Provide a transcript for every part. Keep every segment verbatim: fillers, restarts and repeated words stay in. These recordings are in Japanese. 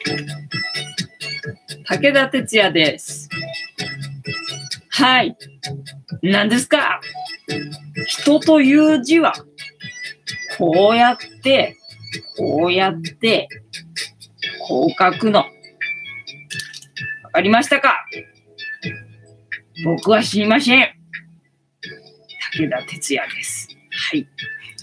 武田鉄矢です。はい。何ですか？人という字は、こうやって、こうやって、こう書くの。わかりましたか？僕は知りません。武田鉄矢です。はい。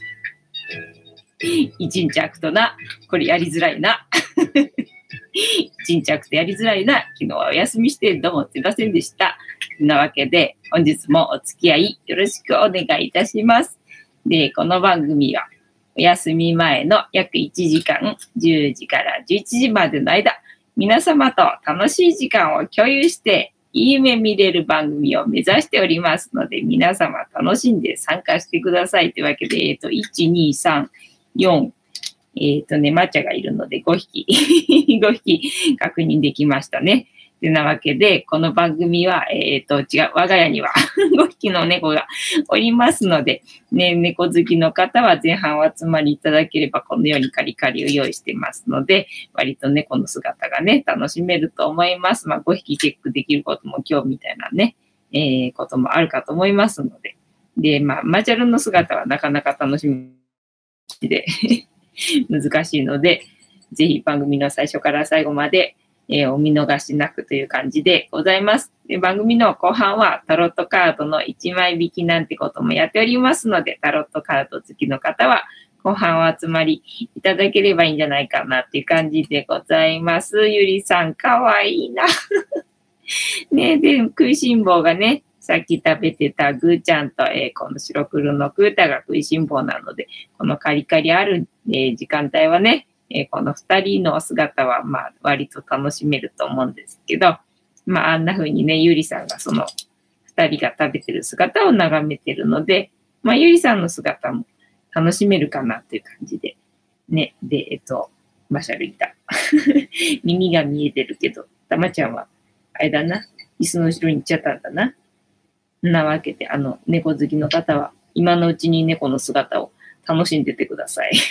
一日空くとな、これやりづらいな。一日空くとやりづらいな。昨日はお休みしてどうもすいませんでした。そんなわけで、本日もお付き合いよろしくお願いいたします。で、この番組は、お休み前の約いちじかん、じゅうじからじゅういちじまでの間、皆様と楽しい時間を共有して、いい夢見れる番組を目指しておりますので、皆様楽しんで参加してくださいというわけで、えっと、いち、に、さん、よん、えっとね、抹茶がいるのでごひき、ごひき確認できましたね。てなわけで、この番組は、えっと、違う、我が家にはごひきの猫がおりますので、ね、猫好きの方は前半お集まりいただければ、このようにカリカリを用意してますので、割と猫の姿がね、楽しめると思います。まあ、ごひきチェックできることも今日みたいなね、えー、こともあるかと思いますので。で、まあ、マジャルの姿はなかなか楽しみで難しいので、ぜひ番組の最初から最後まで、えー、お見逃しなくという感じでございます。で、番組の後半はタロットカードのいちまい引きなんてこともやっておりますので、タロットカード好きの方は後半お集まりいただければいいんじゃないかなっていう感じでございます。ゆりさん、かわいいな。ね、で、食いしん坊がね、さっき食べてたぐーちゃんと、えー、この白黒のクータが食いしん坊なので、このカリカリある、えー、時間帯はね、えー、この二人の姿は、まあ、割と楽しめると思うんですけど、まあ、あんな風にね、ゆりさんがその二人が食べてる姿を眺めてるので、まあ、ゆりさんの姿も楽しめるかなっていう感じで、ね、で、えっと、マシャルいた。耳が見えてるけど、たまちゃんは、あれだな、椅子の後ろに行っちゃったんだな。なわけで、あの、猫好きの方は、今のうちに猫の姿を楽しんでてください。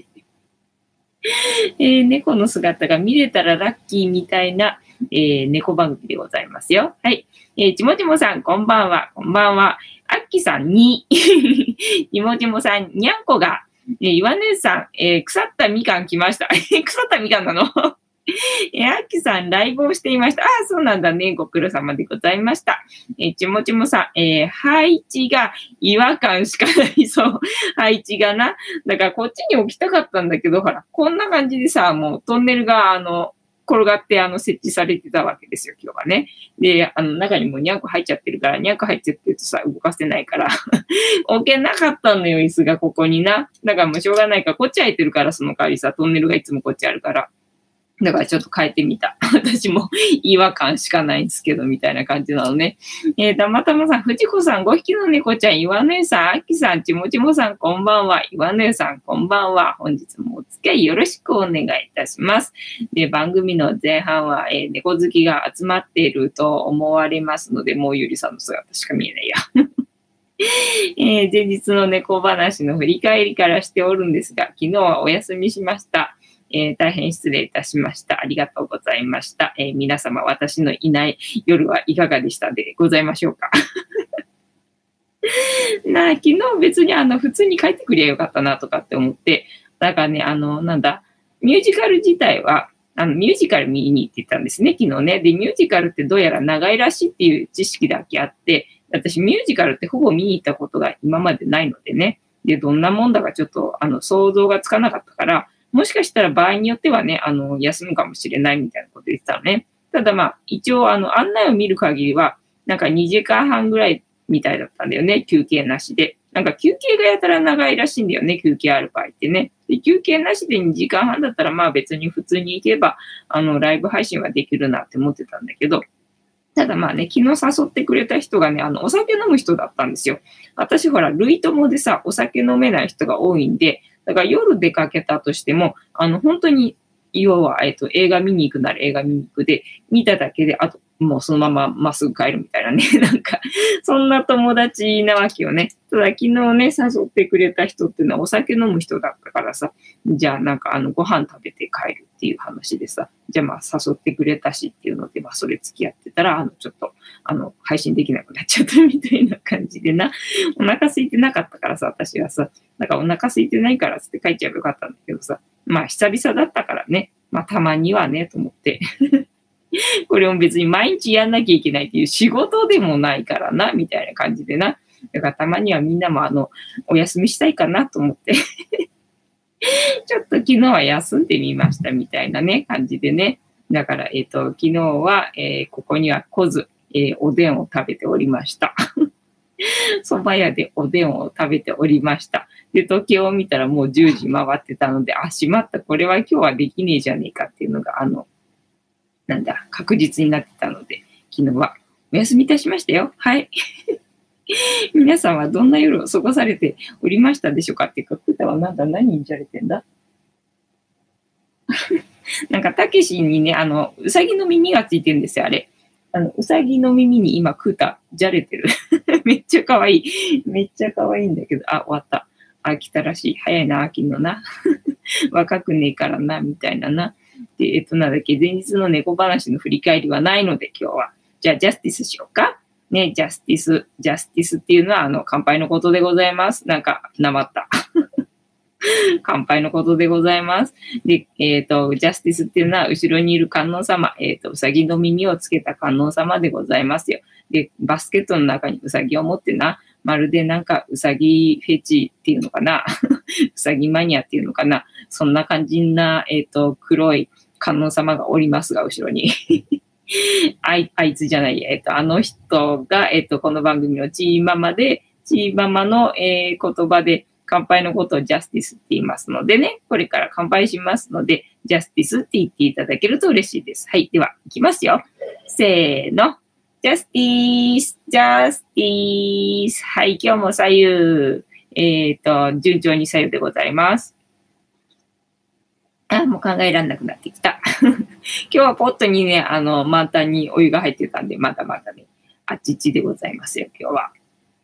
えー、猫の姿が見れたらラッキーみたいな、えー、猫番組でございますよ。はい。えー、ちもちもさん、こんばんは。こんばんは。あっきさんに、ちもちもさん、にゃんこが、えー、岩根さん、えー、腐ったみかん来ました。腐ったみかんなのえー、あっきさん、ライブをしていました。ああ、そうなんだね。ご苦労様でございました。えー、ちもちもさん、えー、配置が違和感しかないそう。配置がな。だからこっちに置きたかったんだけど、ほら、こんな感じでさ、もうトンネルが、あの、転がってあの設置されてたわけですよ、今日はね。で、あの中にもにゃんこ入っちゃってるから、にゃんこ入っちゃってるとさ、動かせないから、置けなかったのよ、椅子がここにな。だからもうしょうがないから、こっち空いてるから、その代わりさ、トンネルがいつもこっちあるから。だからちょっと変えてみた。私も違和感しかないんですけど、みたいな感じなのね。えー、たまたまさん、藤子さん、ごひきの猫ちゃん、岩根さん、あきさん、ちもちもさん、こんばんは。岩根さん、こんばんは。本日もお付き合いよろしくお願いいたします。で、番組の前半は、えー、猫好きが集まっていると思われますので、もうゆりさんの姿しか見えないや。えー、前日の猫話の振り返りからしておるんですが、昨日はお休みしました。えー、大変失礼いたしました。ありがとうございました。えー、皆様、私のいない夜はいかがでしたでございましょうか。なあ、昨日別にあの普通に帰ってくりゃよかったなとかって思って、だからね、あの、なんだ、ミュージカル自体は、あのミュージカル見に行ってたんですね、昨日ね。で、ミュージカルってどうやら長いらしいっていう知識だけあって、私ミュージカルってほぼ見に行ったことが今までないのでね。で、どんなもんだかちょっとあの想像がつかなかったから、もしかしたら場合によってはね、あの、休むかもしれないみたいなこと言ってたのね。ただまあ、一応あの、案内を見る限りは、なんかにじかんはんぐらいみたいだったんだよね、休憩なしで。なんか休憩がやたら長いらしいんだよね、休憩ある場合ってね。で休憩なしでにじかんはんだったらまあ別に普通に行けば、あの、ライブ配信はできるなって思ってたんだけど、ただまあね、昨日誘ってくれた人がね、あの、お酒飲む人だったんですよ。私ほら、類友でさ、お酒飲めない人が多いんで、だから夜出かけたとしても、あの、本当に、要は、えっと、映画見に行くなら映画見に行くで、見ただけで、あと、 もうそのまままっすぐ帰るみたいなね。なんか、そんな友達なわけよね。ただ昨日ね、誘ってくれた人っていうのはお酒飲む人だったからさ、じゃあなんかあのご飯食べて帰るっていう話でさ、じゃあまあ誘ってくれたしっていうので、まあそれ付き合ってたら、あのちょっとあの配信できなくなっちゃったみたいな感じでな、お腹空いてなかったからさ、私はさ、なんかお腹空いてないからって帰っちゃえばよかったんだけどさ、まあ久々だったからね、まあたまにはね、と思って。これも別に毎日やんなきゃいけないっていう仕事でもないからな、みたいな感じでな。だからたまにはみんなもあの、お休みしたいかなと思って。ちょっと昨日は休んでみましたみたいなね、感じでね。だから、えっと、昨日は、えーここには来ず、えーおでんを食べておりました。蕎麦屋でおでんを食べておりました。で、時計を見たらもうじゅうじ回ってたので、あ、しまった、これは今日はできねえじゃねえかっていうのが、あの、なんだ、確実になってたので、昨日はお休みいたしましたよ。はい。皆さんはどんな夜を過ごされておりましたでしょうかっていうか、クタはなんだ、何にじゃれてんだなんか、たけしにね、あの、うさぎの耳がついてるんですよ、あれ。あの、うさぎの耳に今、クータ、じゃれてる。めっちゃ可愛い。めっちゃ可愛いんだけど、あ、終わった。あ、来たらしい。早いな、秋のな。若くねえからな、みたいなな。で、えっと、なんだっけ、前日の猫話の振り返りはないので、今日は。じゃあ、ジャスティスしようか。ね、ジャスティス。ジャスティスっていうのは、あの、乾杯のことでございます。なんか、なまった。乾杯のことでございます。で、えっ、と、ジャスティスっていうのは、後ろにいる観音様、えっ、と、うさぎの耳をつけた観音様でございますよ。で、バスケットの中にうさぎを持ってな、まるでなんかうさぎフェチっていうのかな、うさぎマニアっていうのかな、そんな感じな、えっ、と、黒い観音様がおりますが、後ろに。あい、あいつじゃない、えっ、と、あの人が、えっ、と、この番組のチーママで、チーママの、えー言葉で、乾杯のことをジャスティスって言いますのでね、これから乾杯しますので、ジャスティスって言っていただけると嬉しいです。はい。では、いきますよ。せーの。ジャスティス、ジャスティス。はい。今日も左右、えっ、と、順調に左右でございます。あ、もう考えられなくなってきた。今日はポットにね、あの、満タンにお湯が入ってたんで、まだまだね、あっちっちでございますよ、今日は。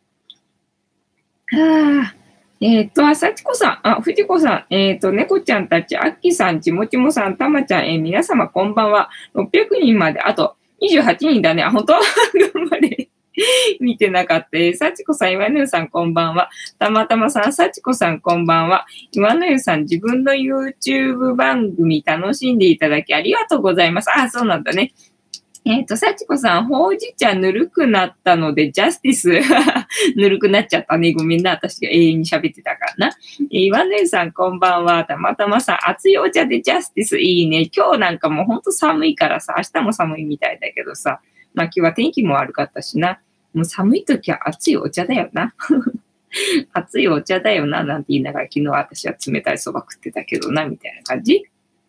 はあ。えっ、と、あさちこさん、あ、ふじこさん、えっ、と、猫ちゃんたち、あっきさん、ちもちもさん、たまちゃん、えー皆様こんばんは。ろっぴゃくにんまで、あとにじゅうはちにんだね。あ、本当頑張れ。見てなかった。えー、さちこさん、岩の湯さん、こんばんは。たまたまさん、さちこさん、こんばんは。岩の湯さん、自分の YouTube 番組楽しんでいただきありがとうございます。あ、そうなんだね。えっ、と、さちこさん、ほうじ茶ぬるくなったので、ジャスティス。ぬるくなっちゃったね。ごめんな。私が永遠に喋ってたからな。えー、岩根さん、こんばんは。たまたまさん、熱いお茶でジャスティス。いいね。今日なんかもうほんと寒いからさ、明日も寒いみたいだけどさ。まあ今日は天気も悪かったしな。もう寒い時は熱いお茶だよな。熱いお茶だよな。なんて言いながら、昨日私は冷たいそば食ってたけどな、みたいな感じ。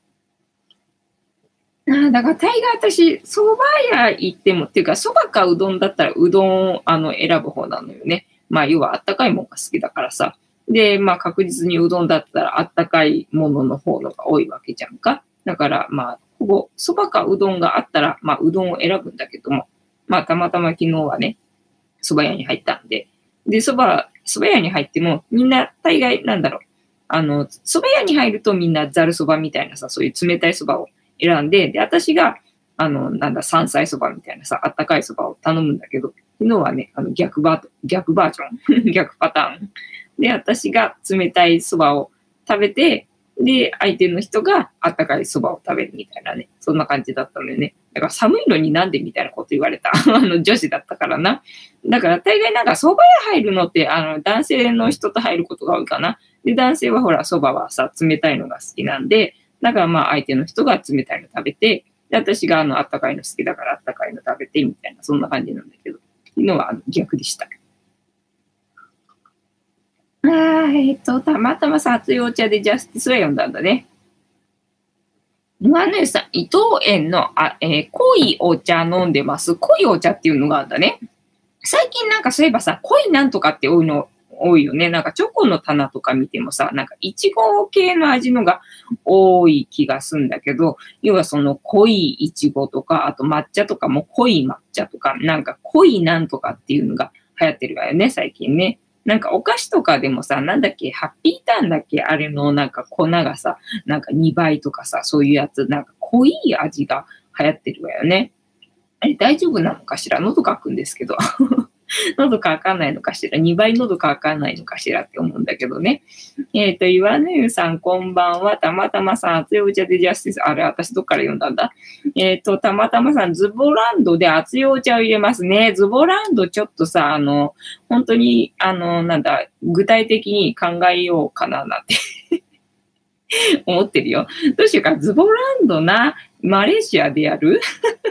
ああ、だから大概私、蕎麦屋行っても、っていうか、蕎麦かうどんだったらうどんをあの選ぶ方なのよね。まあ、要はあったかいもんが好きだからさ。で、まあ確実にうどんだったらあったかいものの方のが多いわけじゃんか。だからまあ、ほぼ蕎麦かうどんがあったら、まあうどんを選ぶんだけども、まあたまたま昨日はね、蕎麦屋に入ったんで。で、蕎麦、蕎麦屋に入っても、みんな大概なんだろう。あの、蕎麦屋に入るとみんなざる蕎麦みたいなさ、そういう冷たい蕎麦を選んで、で、私が、あの、なんだ、山菜そばみたいなさ、あったかいそばを頼むんだけど、昨日はね、あの逆バー、逆バージョン逆パターン。で、私が冷たいそばを食べて、で、相手の人があったかいそばを食べるみたいなね、そんな感じだったのよね。だから寒いのになんでみたいなこと言われた。あの、女子だったからな。だから大概なんか蕎麦屋入るのって、あの、男性の人と入ることが多いかな。で、男性はほら、蕎麦はさ、冷たいのが好きなんで、だからまあ相手の人が冷たいの食べて、で私があのあったかいの好きだからあったかいの食べてみたいな、そんな感じなんだけど、昨日はあの逆でした。あーえっと、たまたまさ、熱いお茶でジャスティスは読んだんだね。今ねさん、伊藤園のあ、えー、濃いお茶飲んでます。濃いお茶っていうのがあるんだね。最近なんかそういえばさ、濃いなんとかっていうの多いよね。なんかチョコの棚とか見てもさ、なんかいちご系の味のが多い気がするんだけど、要はその濃いいちごとか、あと抹茶とかも濃い抹茶とか、なんか濃いなんとかっていうのが流行ってるわよね、最近ね。なんかお菓子とかでもさ、なんだっけ、ハッピーターンだっけ、あれのなんか粉がさ、なんかにばいとかさ、そういうやつ、なんか濃い味が流行ってるわよね。あれ大丈夫なのかしら、喉乾くんですけど。喉乾かないのかしら、にばい喉乾かないのかしらって思うんだけどね。えっ、と、岩根湯さん、こんばんは。たまたまさん、熱いお茶でジャスティス。あれ、私どっから読んだんだ。えっ、と、たまたまさん、ズボランドで熱いお茶を入れますね。ズボランドちょっとさ、あの、本当に、あの、なんだ、具体的に考えようかな、なんて思ってるよ。どうしようか、ズボランドな、マレーシアでやる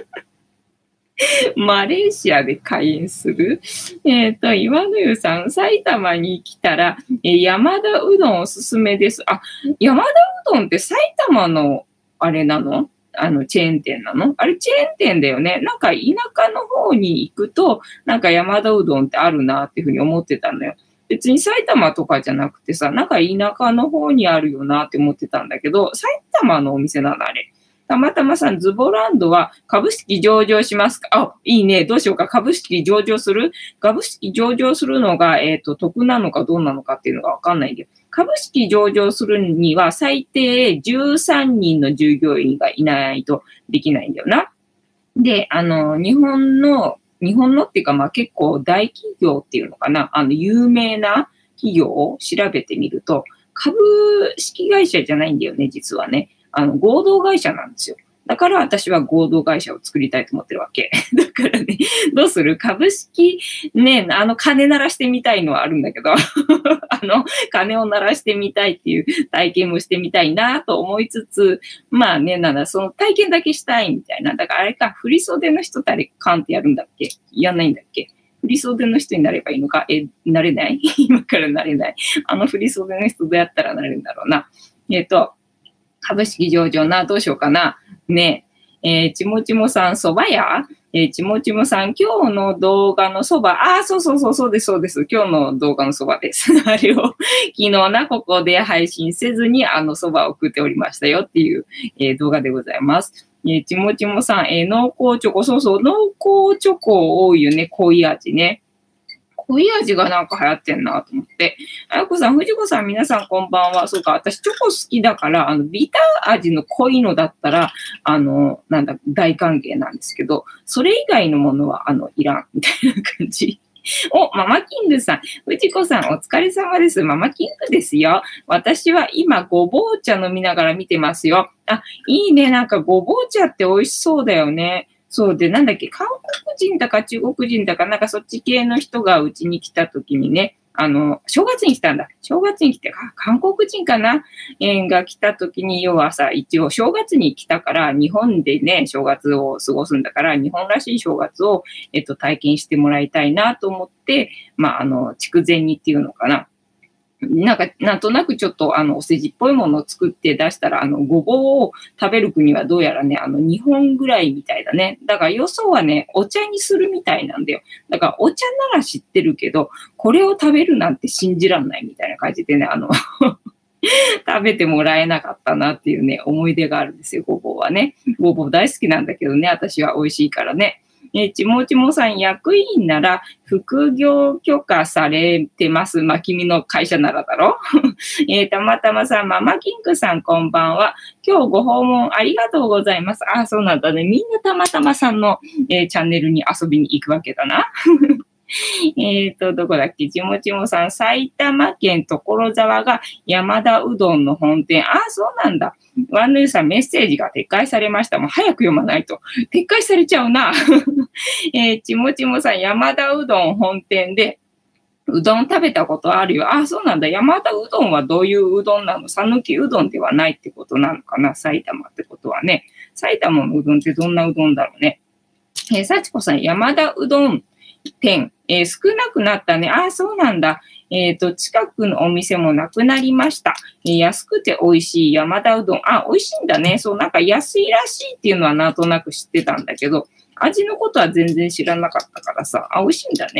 マレーシアで開園する。えっ、と、岩の湯さん、埼玉に来たら、えー山田うどんおすすめです。あ、山田うどんって埼玉の、あれなのあの、チェーン店なのあれ、チェーン店だよね。なんか、田舎の方に行くと、なんか山田うどんってあるなっていうふうに思ってたのよ。別に埼玉とかじゃなくてさ、なんか田舎の方にあるよなって思ってたんだけど、埼玉のお店なのあれ。たまたまさん、ズボランドは株式上場しますか？あ、いいね。どうしようか。株式上場する株式上場するのが、えっと、得なのかどうなのかっていうのがわかんないけど、株式上場するには最低じゅうさんにんの従業員がいないとできないんだよな。で、あの、日本の、日本のっていうか、まあ結構大企業っていうのかな、あの、有名な企業を調べてみると、株式会社じゃないんだよね、実はね。あの、合同会社なんですよ。だから私は合同会社を作りたいと思ってるわけ。だからね、どうする株式、ね、あの、金鳴らしてみたいのはあるんだけど、あの、金を鳴らしてみたいっていう体験もしてみたいなと思いつつ、まあね、なんだ、その体験だけしたいみたいな。だからあれか、振袖の人誰カンってやるんだっけやんないんだっけ振袖の人になればいいのかえ、なれない今からなれない。あの振袖の人どうやったらなれるんだろうな。えっと、株式上場な、どうしようかな。ねえ、えーちもちもさん、そば屋えーちもちもさん、今日の動画のそば、ああ、そうそうそう、そうです、そうです。今日の動画のそばです。あれを、昨日な、ここで配信せずに、あのそばを送っておりましたよっていう、えー動画でございます。えーちもちもさん、えー濃厚チョコ、そうそう、濃厚チョコ多いよね、濃い味ね。濃い味がなんか流行ってんなと思って。あやこさん、藤子さん、皆さんこんばんは。そうか、私チョコ好きだから、あの、ビター味の濃いのだったら、あの、なんだ、大歓迎なんですけど、それ以外のものは、あの、いらん、みたいな感じ。お、ママキングさん。藤子さん、お疲れ様です。ママキングですよ。私は今、ごぼう茶飲みながら見てますよ。あ、いいね。なんか、ごぼう茶って美味しそうだよね。そうで、なんだっけ、韓国人だか中国人だか、なんかそっち系の人がうちに来た時にね、あの、正月に来たんだ。正月に来て、か韓国人かな、えーが来た時に、要はさ、一応正月に来たから、日本でね、正月を過ごすんだから、日本らしい正月を、えっと、体験してもらいたいなと思って、まあ、あの、筑前煮っていうのかな。なんか、なんとなくちょっと、あの、お世辞っぽいものを作って出したら、あの、ごぼうを食べる国はどうやらね、あの、日本ぐらいみたいだね。だから、よそはね、お茶にするみたいなんだよ。だから、お茶なら知ってるけど、これを食べるなんて信じらんないみたいな感じでね、あの、食べてもらえなかったなっていうね、思い出があるんですよ、ごぼうはね。ごぼう大好きなんだけどね、私は美味しいからね。えーちもちもさん、役員なら副業許可されてます。まあ、君の会社ならだろえーたまたまさん、ママキングさん、こんばんは。今日ご訪問ありがとうございます。あ、そうなんだね。みんなたまたまさんの、えーチャンネルに遊びに行くわけだな。えっと、どこだっけちもちもさん、埼玉県所沢が山田うどんの本店。ああ、そうなんだ。ワンヌーさん、メッセージが撤回されました。もう早く読まないと。撤回されちゃうな。えー、ちもちもさん、山田うどん本店で、うどん食べたことあるよ。ああ、そうなんだ。山田うどんはどういううどんなの？讃岐うどんではないってことなのかな？埼玉ってことはね。埼玉のうどんってどんなうどんだろうね。えー、幸子さん、山田うどん店、えー少なくなったね。ああ、そうなんだ。えっと、近くのお店もなくなりました。えー安くて美味しい山田うどん。あ、美味しいんだね。そう、なんか安いらしいっていうのはなんとなく知ってたんだけど、味のことは全然知らなかったからさ、あ、美味しいんだね。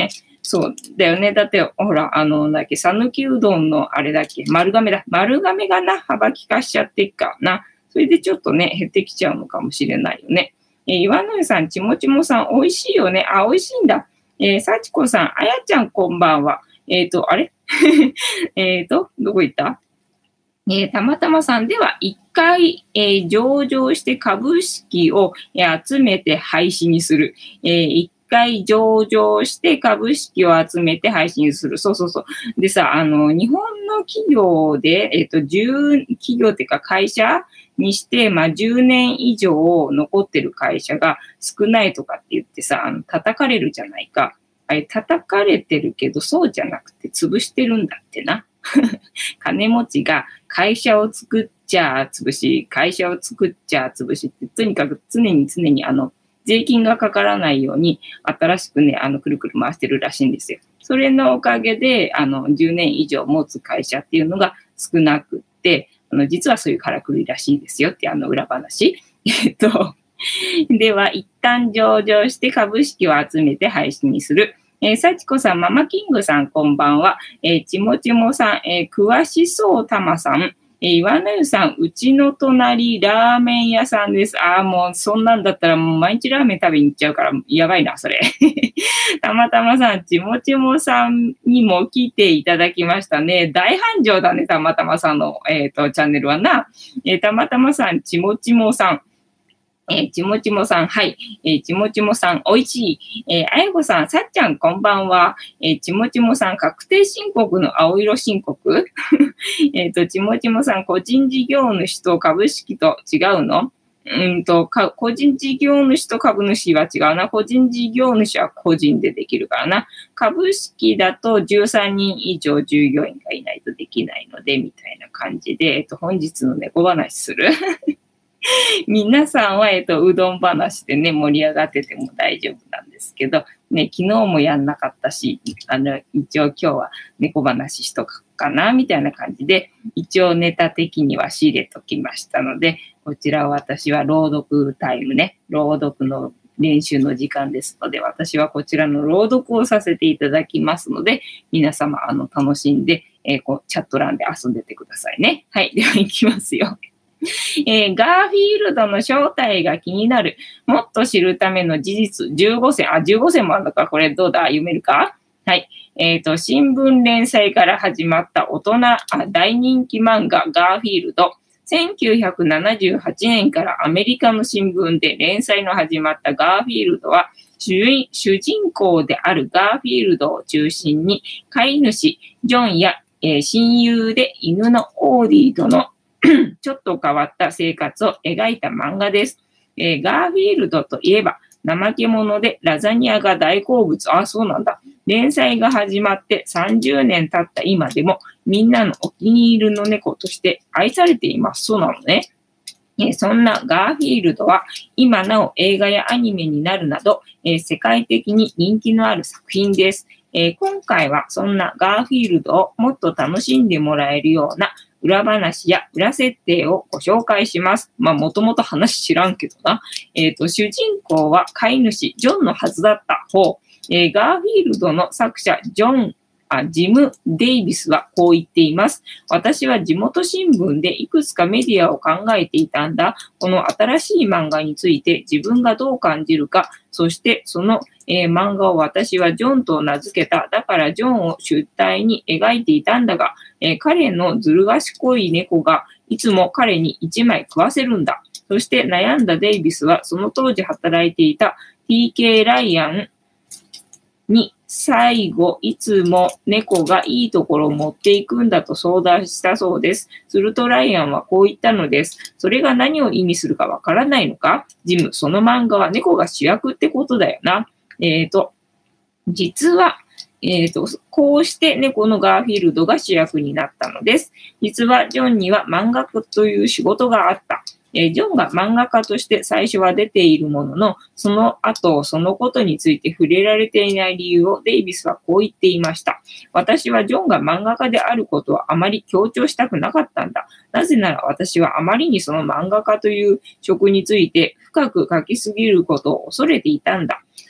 そうだよね。だって、ほら、あの、なんだっけ、讃岐うどんのあれだっけ、丸亀だ。丸亀がな、幅利かしちゃってっかな。それでちょっとね、減ってきちゃうのかもしれないよね。えー、岩野湯さん、ちもちもさん、美味しいよね。あ、美味しいんだ。えー、幸子さん、あやちゃん、こんばんは。えっと、あれえっと、どこ行った？えー、たまたまさんでは一回、えー、上場して株式を、えー、集めて廃止にする。えー、一回上場して株式を集めて廃止にする。そうそうそう。でさ、あの、日本の企業で、えっと、じゅう、企業っていうか会社にして、まあ、じゅうねん以上残ってる会社が少ないとかって言ってさ、あの、叩かれるじゃないか。あれ、叩かれてるけど、そうじゃなくて潰してるんだってな。金持ちが会社を作っちゃ潰し、会社を作っちゃ潰しって、とにかく常に常にあの、税金がかからないように、新しくね、あの、くるくる回してるらしいんですよ。それのおかげで、あの、じゅうねん以上持つ会社っていうのが少なくって、あの、実はそういうからくりらしいですよっていうあの、裏話。えっと、では、一旦上場して株式を集めて廃止にする。えー、幸子さん、ママキングさん、こんばんは。えー、ちもちもさん、えー、詳しそうたまさん、えー、岩根湯さん、うちの隣、ラーメン屋さんです。ああ、もう、そんなんだったら、もう毎日ラーメン食べに行っちゃうから、やばいな、それ。たまたまさん、ちもちもさんにも来ていただきましたね。大繁盛だね、たまたまさんの、えっと、チャンネルはな。えー、たまたまさん、ちもちもさん。えー、ちもちもさん、はい。えー、ちもちもさん、おいしい。えー、あやこさん、さっちゃん、こんばんは。えー、ちもちもさん、確定申告の青色申告えっと、ちもちもさん、個人事業主と株式と違うのうんとか、個人事業主と株主は違うな。個人事業主は個人でできるからな。株式だとじゅうさんにん以上従業員がいないとできないので、みたいな感じで、えっと、本日の猫話する皆さんは、えっと、うどん話でね、盛り上がってても大丈夫なんですけど、ね、昨日もやんなかったし、あの、一応今日は猫話しとくかな、みたいな感じで、一応ネタ的には仕入れときましたので、こちらは私は朗読タイムね、朗読の練習の時間ですので、私はこちらの朗読をさせていただきますので、皆様、あの、楽しんで、えー、こう、チャット欄で遊んでてくださいね。はい、では行きますよ。えー、ガーフィールドの正体が気になる。もっと知るための事実。じゅうごせん。あ、じゅうごせんもあるのか。これどうだ読めるか。はい。えっと、新聞連載から始まった大人、あ、大人気漫画ガーフィールド。せんきゅうひゃくななじゅうはちねんからアメリカの新聞で連載の始まったガーフィールドは、主人公であるガーフィールドを中心に、飼い主、ジョンや、えー、親友で犬のオーディとのちょっと変わった生活を描いた漫画です。えー、ガーフィールドといえば、怠け者でラザニアが大好物。あ、そうなんだ。連載が始まってさんじゅうねん経った今でも、みんなのお気に入りの猫として愛されています。そうなのね。えー、そんなガーフィールドは、今なお映画やアニメになるなど、えー、世界的に人気のある作品です。えー、今回はそんなガーフィールドをもっと楽しんでもらえるような裏話や裏設定をご紹介します。まあ、もともと話知らんけどな。えっと、主人公は飼い主、ジョンのはずだった方。えー、ガーフィールドの作者、ジョン、あ、ジム・デイビスはこう言っています。私は地元新聞でいくつかメディアを考えていたんだ。この新しい漫画について自分がどう感じるか、そしてその、えー、漫画を私はジョンと名付けた。だからジョンを主体に描いていたんだが、えー、彼のずる賢い猫がいつも彼に一枚食わせるんだ。そして悩んだデイビスはその当時働いていた ティーケー ライアンに最後、いつも猫がいいところを持っていくんだと相談したそうです。するとライアンはこう言ったのです。それが何を意味するかわからないのか？ジム、その漫画は猫が主役ってことだよな。えっと、実は、えっと、こうして猫のガーフィールドが主役になったのです。実はジョンには漫画家という仕事があった。えー、ジョンが漫画家として最初は出ているものの、その後、そのことについて触れられていない理由をデイビスはこう言っていました。私はジョンが漫画家であることはあまり強調したくなかったんだ。なぜなら私はあまりにその漫画家という職について深く書きすぎることを恐れていたんだ。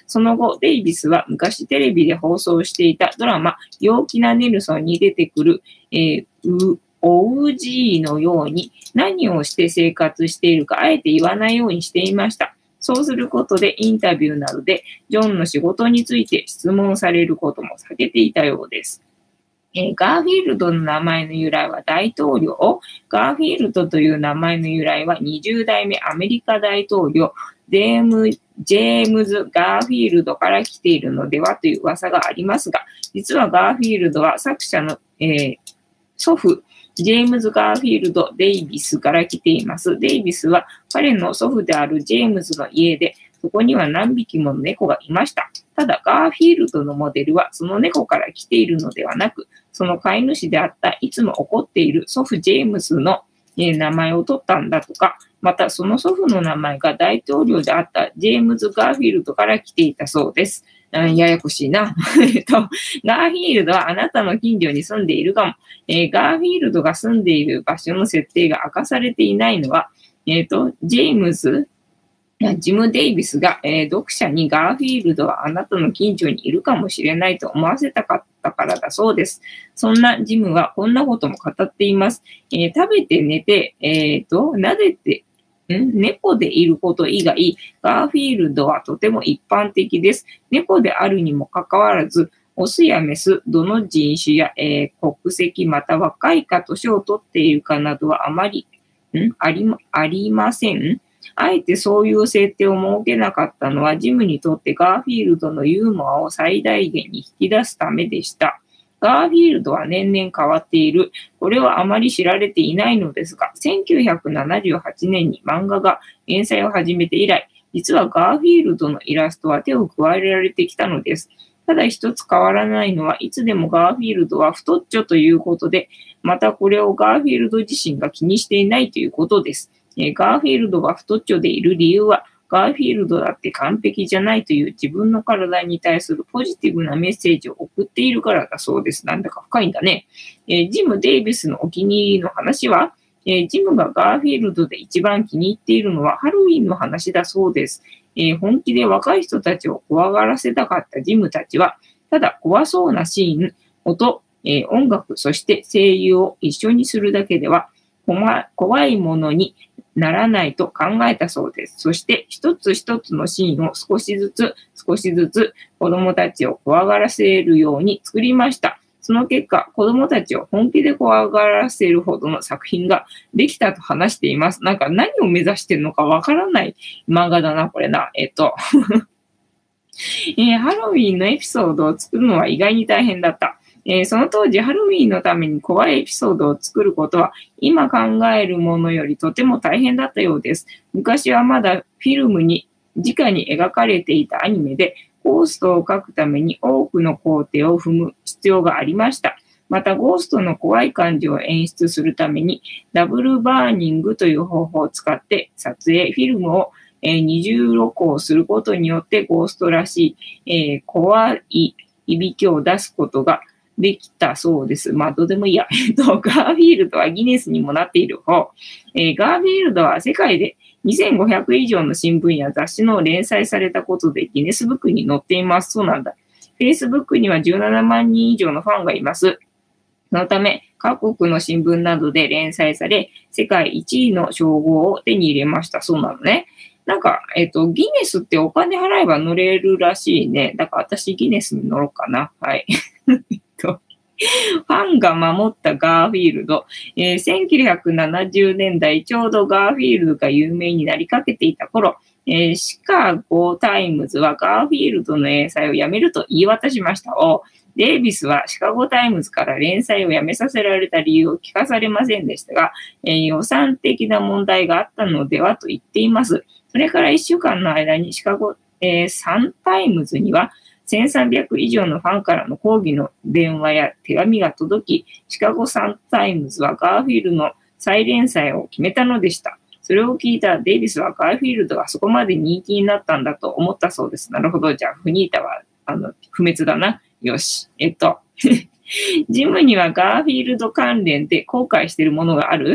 その後、デイビスは昔テレビで放送していたドラマ、陽気なネルソンに出てくる、えー、うオウジーのように何をして生活しているかあえて言わないようにしていました。そうすることでインタビューなどでジョンの仕事について質問されることも避けていたようです。えー、ガーフィールドの名前の由来は大統領。ガーフィールドという名前の由来はにじゅう代目アメリカ大統領ジェーム、ジェームズ・ガーフィールドから来ているのではという噂がありますが、実はガーフィールドは作者の、えー、祖父、ジェームズ・ガーフィールド・デイビスから来ています。デイビスは彼の祖父であるジェームズの家で、そこには何匹もの猫がいました。ただ、ガーフィールドのモデルはその猫から来ているのではなく、その飼い主であったいつも怒っている祖父ジェームズの、えー、名前を取ったんだとか、またその祖父の名前が大統領であったジェームズ・ガーフィールドから来ていたそうです。うん、ややこしいな。えっと、ガーフィールドはあなたの近所に住んでいるかも。えー、ガーフィールドが住んでいる場所の設定が明かされていないのは、えっと、ジェームズ、ジム・デイビスが、えー、読者にガーフィールドはあなたの近所にいるかもしれないと思わせたかったからだそうです。そんなジムはこんなことも語っています。えー、食べて寝て、えっと、撫でて、ん猫でいること以外、ガーフィールドはとても一般的です。猫であるにもかかわらず、オスやメス、どの人種や、えー、国籍また若いか年を取っているかなどはあまりんあり、ありません。あえてそういう設定を設けなかったのはジムにとってガーフィールドのユーモアを最大限に引き出すためでした。ガーフィールドは年々変わっている。これはあまり知られていないのですが、せんきゅうひゃくななじゅうはちねんに漫画が連載を始めて以来、実はガーフィールドのイラストは手を加えられてきたのです。ただ一つ変わらないのはいつでもガーフィールドは太っちょということで、またこれをガーフィールド自身が気にしていないということです。えー、ガーフィールドが太っちょでいる理由は、ガーフィールドだって完璧じゃないという自分の体に対するポジティブなメッセージを送っているからだそうです。なんだか深いんだね。えー、ジム・デイビスのお気に入りの話は、えー、ジムがガーフィールドで一番気に入っているのはハロウィンの話だそうです。えー、本気で若い人たちを怖がらせたかったジムたちは、ただ怖そうなシーン、音、えー、音楽、そして声優を一緒にするだけでは怖いものにならないと考えたそうです。そして一つ一つのシーンを少しずつ少しずつ子供たちを怖がらせるように作りました。その結果、子供たちを本気で怖がらせるほどの作品ができたと話しています。なんか何を目指してるのかわからない漫画だな、これな。えっと、えー、ハロウィンのエピソードを作るのは意外に大変だった。えー、その当時ハロウィンのために怖いエピソードを作ることは今考えるものよりとても大変だったようです。昔はまだフィルムに直に描かれていたアニメでゴーストを描くために多くの工程を踏む必要がありました。またゴーストの怖い感じを演出するためにダブルバーニングという方法を使って撮影フィルムを二重録音することによってゴーストらしい、えー、怖いいびきを出すことができたそうです。まあ、どうでもいいや。えっと、ガーフィールドはギネスにもなっている方。えー、ガーフィールドは世界でにせんごひゃく以上の新聞や雑誌の連載されたことでギネスブックに載っています。そうなんだ。Facebook にはじゅうななまんにん以上のファンがいます。そのため、各国の新聞などで連載され、世界いちいの称号を手に入れました。そうなのね。なんか、えっと、ギネスってお金払えば乗れるらしいね。だから私ギネスに乗ろうかな。はい。ファンが守ったガーフィールド、えー、せんきゅうひゃくななじゅうねんだいちょうどガーフィールドが有名になりかけていた頃、えー、シカゴタイムズはガーフィールドの連載をやめると言い渡しました。おデイビスはシカゴタイムズから連載をやめさせられた理由を聞かされませんでしたが、えー、予算的な問題があったのではと言っています。それからいっしゅうかんの間にシカゴ、えー、サンタイムズにはせんさんびゃく以上のファンからの抗議の電話や手紙が届き、シカゴサンタイムズはガーフィールドの再連載を決めたのでした。それを聞いたデイビスはガーフィールドがそこまで人気になったんだと思ったそうです。なるほど。じゃあ、フニータはあの不滅だな。よし。えっと。ジムにはガーフィールド関連で後悔しているものがある、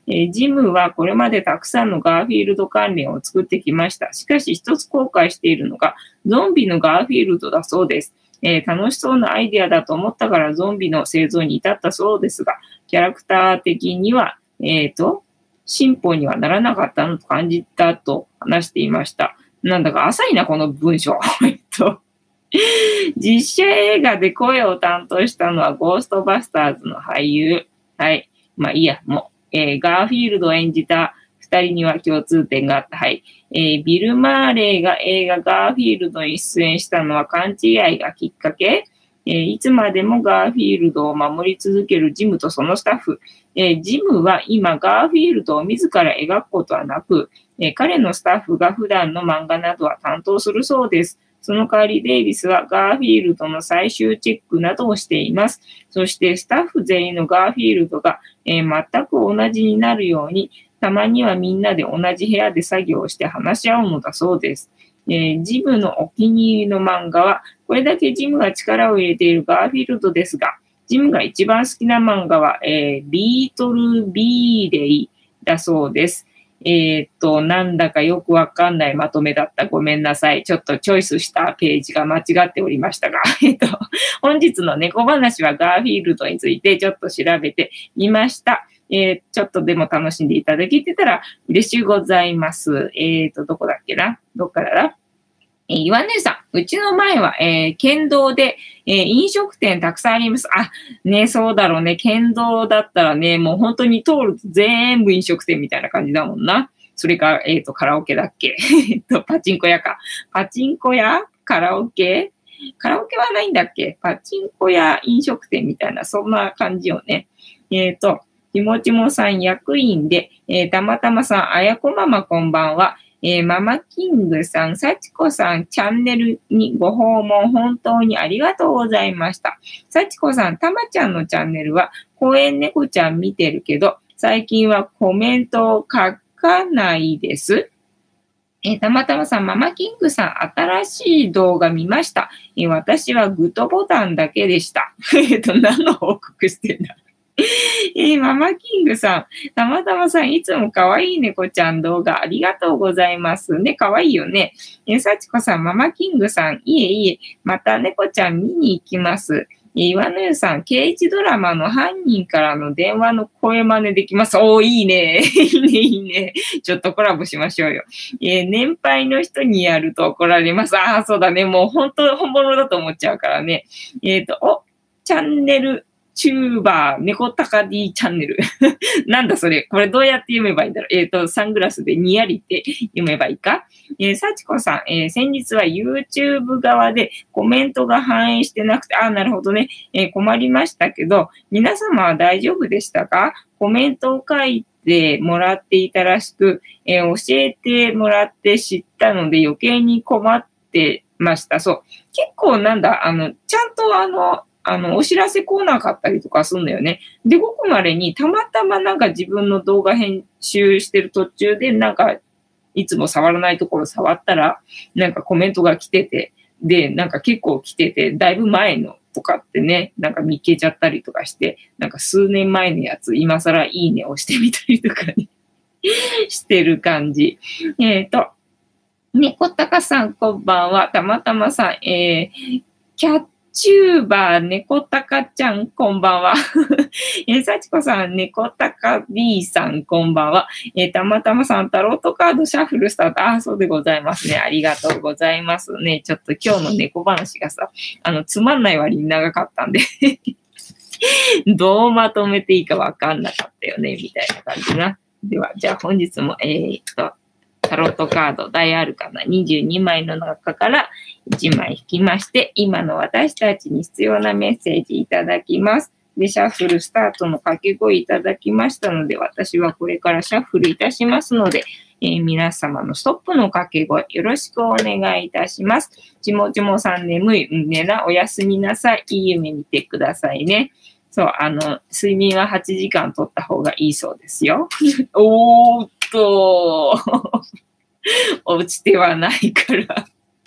えージムはこれまでたくさんのガーフィールド関連を作ってきました。しかし一つ後悔しているのがゾンビのガーフィールドだそうです。えー楽しそうなアイデアだと思ったからゾンビの製造に至ったそうですが、キャラクター的には、えっと、進歩にはならなかったのと感じたと話していました。なんだか浅いな、この文章。えっと、実写映画で声を担当したのはゴーストバスターズの俳優。はい。まあいいや、もう、えーガーフィールドを演じた二人には共通点があった。はい。えービル・マーレーが映画ガーフィールドに出演したのは勘違いがきっかけ。えーいつまでもガーフィールドを守り続けるジムとそのスタッフ。えージムは今ガーフィールドを自ら描くことはなく、えー彼のスタッフが普段の漫画などは担当するそうです。その代わりデイビスはガーフィールドの最終チェックなどをしています。そしてスタッフ全員のガーフィールドが、えー全く同じになるように、たまにはみんなで同じ部屋で作業をして話し合うのだそうです。えージムのお気に入りの漫画は、これだけジムが力を入れているガーフィールドですが、ジムが一番好きな漫画は、えービートル・ビーレイだそうです。えーっと、なんだかよくわかんないまとめだった。ごめんなさい。ちょっとチョイスしたページが間違っておりましたが、えっと、本日の猫話はガーフィールドについてちょっと調べてみました。えーちょっとでも楽しんでいただけてたら嬉しゅうございます。えーっと、どこだっけなどっからだえー、岩根さん、うちの前は、えー県道で、えー飲食店たくさんあります。あ、ね、そうだろうね。県道だったらね、もう本当に通ると全部飲食店みたいな感じだもんな。それか、えっと、カラオケだっけえっと、パチンコ屋か。パチンコ屋カラオケカラオケはないんだっけパチンコ屋飲食店みたいな、そんな感じよね。えっと、ちもちもさん役員で、えーたまたまさん、あやこママこんばんは。えーママキングさん、さちこさん、チャンネルにご訪問本当にありがとうございました。さちこさん、たまちゃんのチャンネルは公園猫ちゃん見てるけど、最近はコメントを書かないです。えーたまたまさん、ママキングさん、新しい動画見ました。えー私はグッドボタンだけでした。えっと、何の報告してんだえーママキングさん、たまたまさん、いつも可愛い猫ちゃん動画ありがとうございます。ね、可愛いよね。えー、さちこさん、ママキングさん、いえいえ、また猫ちゃん見に行きます。えー岩野湯さん、刑事ドラマの犯人からの電話の声真似できます。おー、いいね。いいね、いいね。ちょっとコラボしましょうよ。えー年配の人にやると怒られます。ああ、そうだね。もう本当、本物だと思っちゃうからね。えっと、お、チャンネル、チューバー、猫高 D チャンネル。なんだそれ。これどうやって読めばいいんだろう。えっ、と、サングラスでにやりって読めばいいか。えー、幸子さん、えー先日は YouTube 側でコメントが反映してなくて、あ、なるほどね、えー困りましたけど、皆様は大丈夫でしたか？コメントを書いてもらっていたらしく、えー教えてもらって知ったので余計に困ってました。そう。結構なんだ、あの、ちゃんとあの、あの、お知らせ来なかったりとかするんだよね。で、ごくまれにたまたまなんか自分の動画編集してる途中でなんかいつも触らないところ触ったらなんかコメントが来てて、で、なんか結構来てて、だいぶ前のとかってね、なんか見っけちゃったりとかして、なんか数年前のやつ今更いいねをしてみたりとかね、してる感じ。えっと、猫高さんこんばんは。たまたまさん、えー、キャッチューバー猫高ちゃんこんばんは。えー、幸子さん、猫高 D さんこんばんは。えー、たまたまさん、タロットカードシャッフルスタート。あ、そうでございますね。ありがとうございますね。ちょっと今日の猫話がさ、あの、つまんない割に長かったんでどうまとめていいかわかんなかったよね、みたいな感じな。では、じゃあ本日も、えー、っと、タロットカード大アルカナにじゅうにまいの中からいちまい引きまして、今の私たちに必要なメッセージいただきます。で、シャッフルスタートの掛け声いただきましたので、私はこれからシャッフルいたしますので、えー皆様のストップの掛け声よろしくお願いいたします。ちもちもさん眠い、うんねな、おやすみなさい。いい夢見てくださいね。そう、あの、睡眠ははちじかんとった方がいいそうですよ。おーっと、落ちてはないから、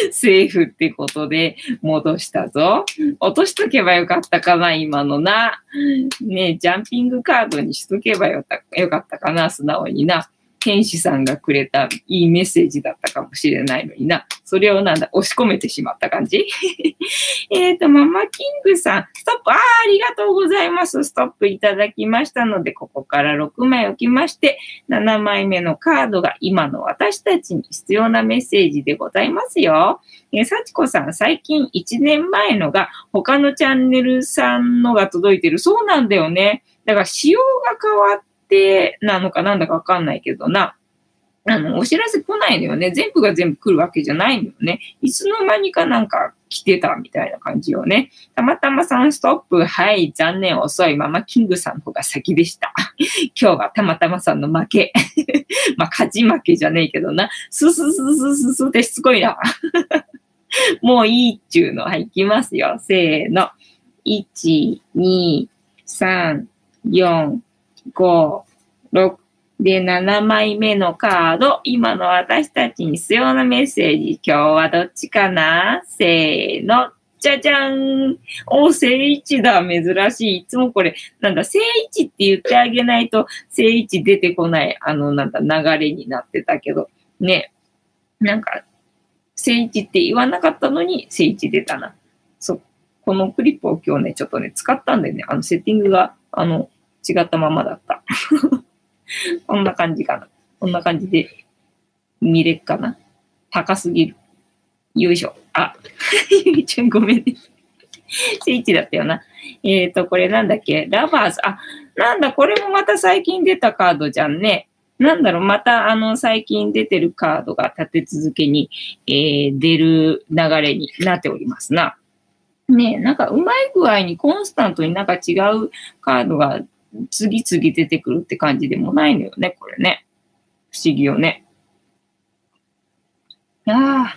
セーフってことで戻したぞ。落としとけばよかったかな、今のな。ねえ、ジャンピングカードにしとけばよかよかったかな、素直にな。天使さんがくれたいいメッセージだったかもしれないのにな。それをなんだ、押し込めてしまった感じえっと、ママキングさん、ストップ、あー、ありがとうございます。ストップいただきましたので、ここからろくまい置きまして、ななまいめのカードが今の私たちに必要なメッセージでございますよ。えー、幸子さん、最近いちねんまえのが他のチャンネルさんのが届いてる。そうなんだよね。だから仕様が変わって、なのかなんだかわかんないけどな。あの、お知らせ来ないのよね。全部が全部来るわけじゃないのよね。いつの間にかなんか来てたみたいな感じよね。たまたまさんストップ。はい、残念遅い。ママキングさんの方が先でした。今日はたまたまさんの負け。まあ、勝ち負けじゃねえけどな。ススススススってしつこいな。もういいっちゅうの。はい、いきますよ。せーの。いち、に、さん、よん、ご、ろく。で、ななまいめのカード。今の私たちに必要なメッセージ。今日はどっちかな？せーの。じゃじゃん。お、正位置だ。珍しい。いつもこれ、なんだ、正位置って言ってあげないと、正位置出てこない、あの、なんだ、流れになってたけど。ね。なんか、正位置って言わなかったのに、正位置出たな。そう。このクリップを今日ね、ちょっとね、使ったんでね、あの、セッティングが、あの、違ったままだった。こんな感じかな。こんな感じで見れっかな。高すぎる。よいしょ。あ、ゆいちゃんごめんね。正位置だったよな。えっと、これなんだっけ？ラバーズ。あ、なんだ、これもまた最近出たカードじゃんね。なんだろう、またあの最近出てるカードが立て続けに、えー、出る流れになっておりますな。ねえ、なんかうまい具合にコンスタントになんか違うカードが次々出てくるって感じでもないのよね、これね。不思議よね。ああ。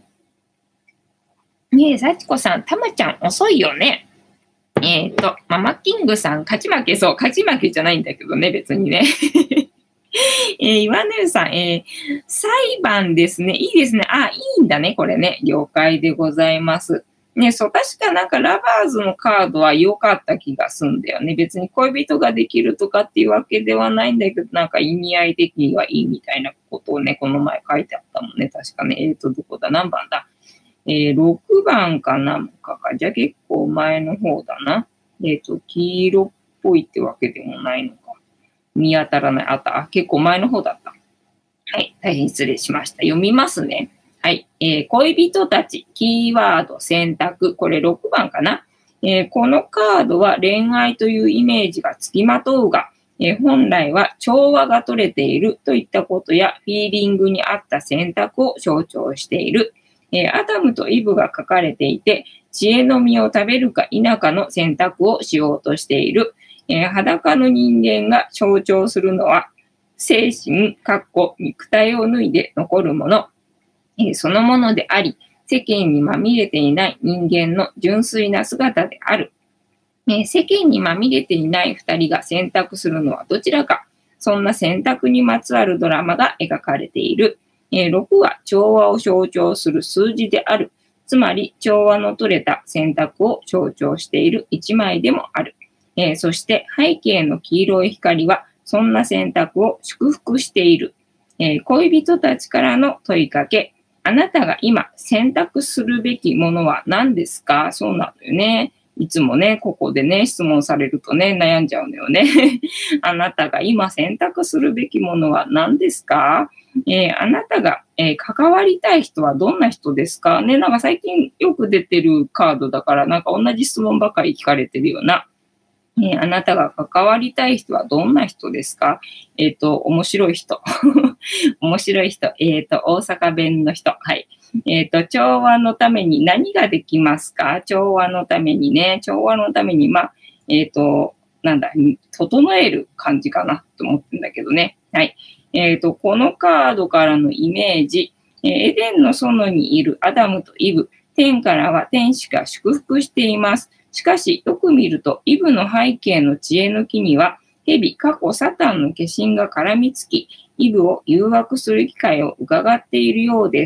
ねえ、幸子さん、たまちゃん遅いよね。えっと、ママキングさん、勝ち負け、そう、勝ち負けじゃないんだけどね、別にね。えー、岩根さん、えー、裁判ですね。いいですね。あ、いいんだね、これね。了解でございます。ね、そう、確かなんかラバーズのカードは良かった気がすんだよね。別に恋人ができるとかっていうわけではないんだけど、なんか意味合い的にはいいみたいなことをね、この前書いてあったもんね。確かね。えっと、どこだ？何番だ？えー、ろくばんかなんかか。じゃあ結構前の方だな。えっと、黄色っぽいってわけでもないのか。見当たらない。あった。あ、結構前の方だった。はい。大変失礼しました。読みますね。はい。えー、恋人たち、キーワード選択。これろくばんかな。えー、このカードは恋愛というイメージがつきまとうが、えー、本来は調和が取れているといったことや、フィーリングに合った選択を象徴している。えー、アダムとイブが書かれていて、知恵の実を食べるか否かの選択をしようとしている。えー、裸の人間が象徴するのは、精神、かっこ肉体を脱いで残るもの、えー、そのものであり、世間にまみれていない人間の純粋な姿である。えー、世間にまみれていない二人が選択するのはどちらか。そんな選択にまつわるドラマが描かれている。えー、ろくは調和を象徴する数字である。つまり、調和の取れた選択を象徴している一枚でもある。えー、そして背景の黄色い光はそんな選択を祝福している。えー、恋人たちからの問いかけ。あなたが今選択するべきものは何ですか？そうなのよね。いつもね、ここでね、質問されるとね、悩んじゃうのよね。あなたが今選択するべきものは何ですか？えー、あなたが、えー、関わりたい人はどんな人ですかね。なんか最近よく出てるカードだから、なんか同じ質問ばかり聞かれてるような。えー、あなたが関わりたい人はどんな人ですか？えっと、面白い人。面白い人。えっと、大阪弁の人。はい。えっと、調和のために何ができますか？調和のためにね。調和のために、まあ、えっと、なんだ、整える感じかなと思ってんだけどね。はい。えっと、このカードからのイメージ。エデンの園にいるアダムとイブ。天からは天使が祝福しています。しかし、よく見ると、イブの背景の知恵の木には、蛇、過去、サタンの化身が絡みつき、イブを誘惑する機会を伺っているようです。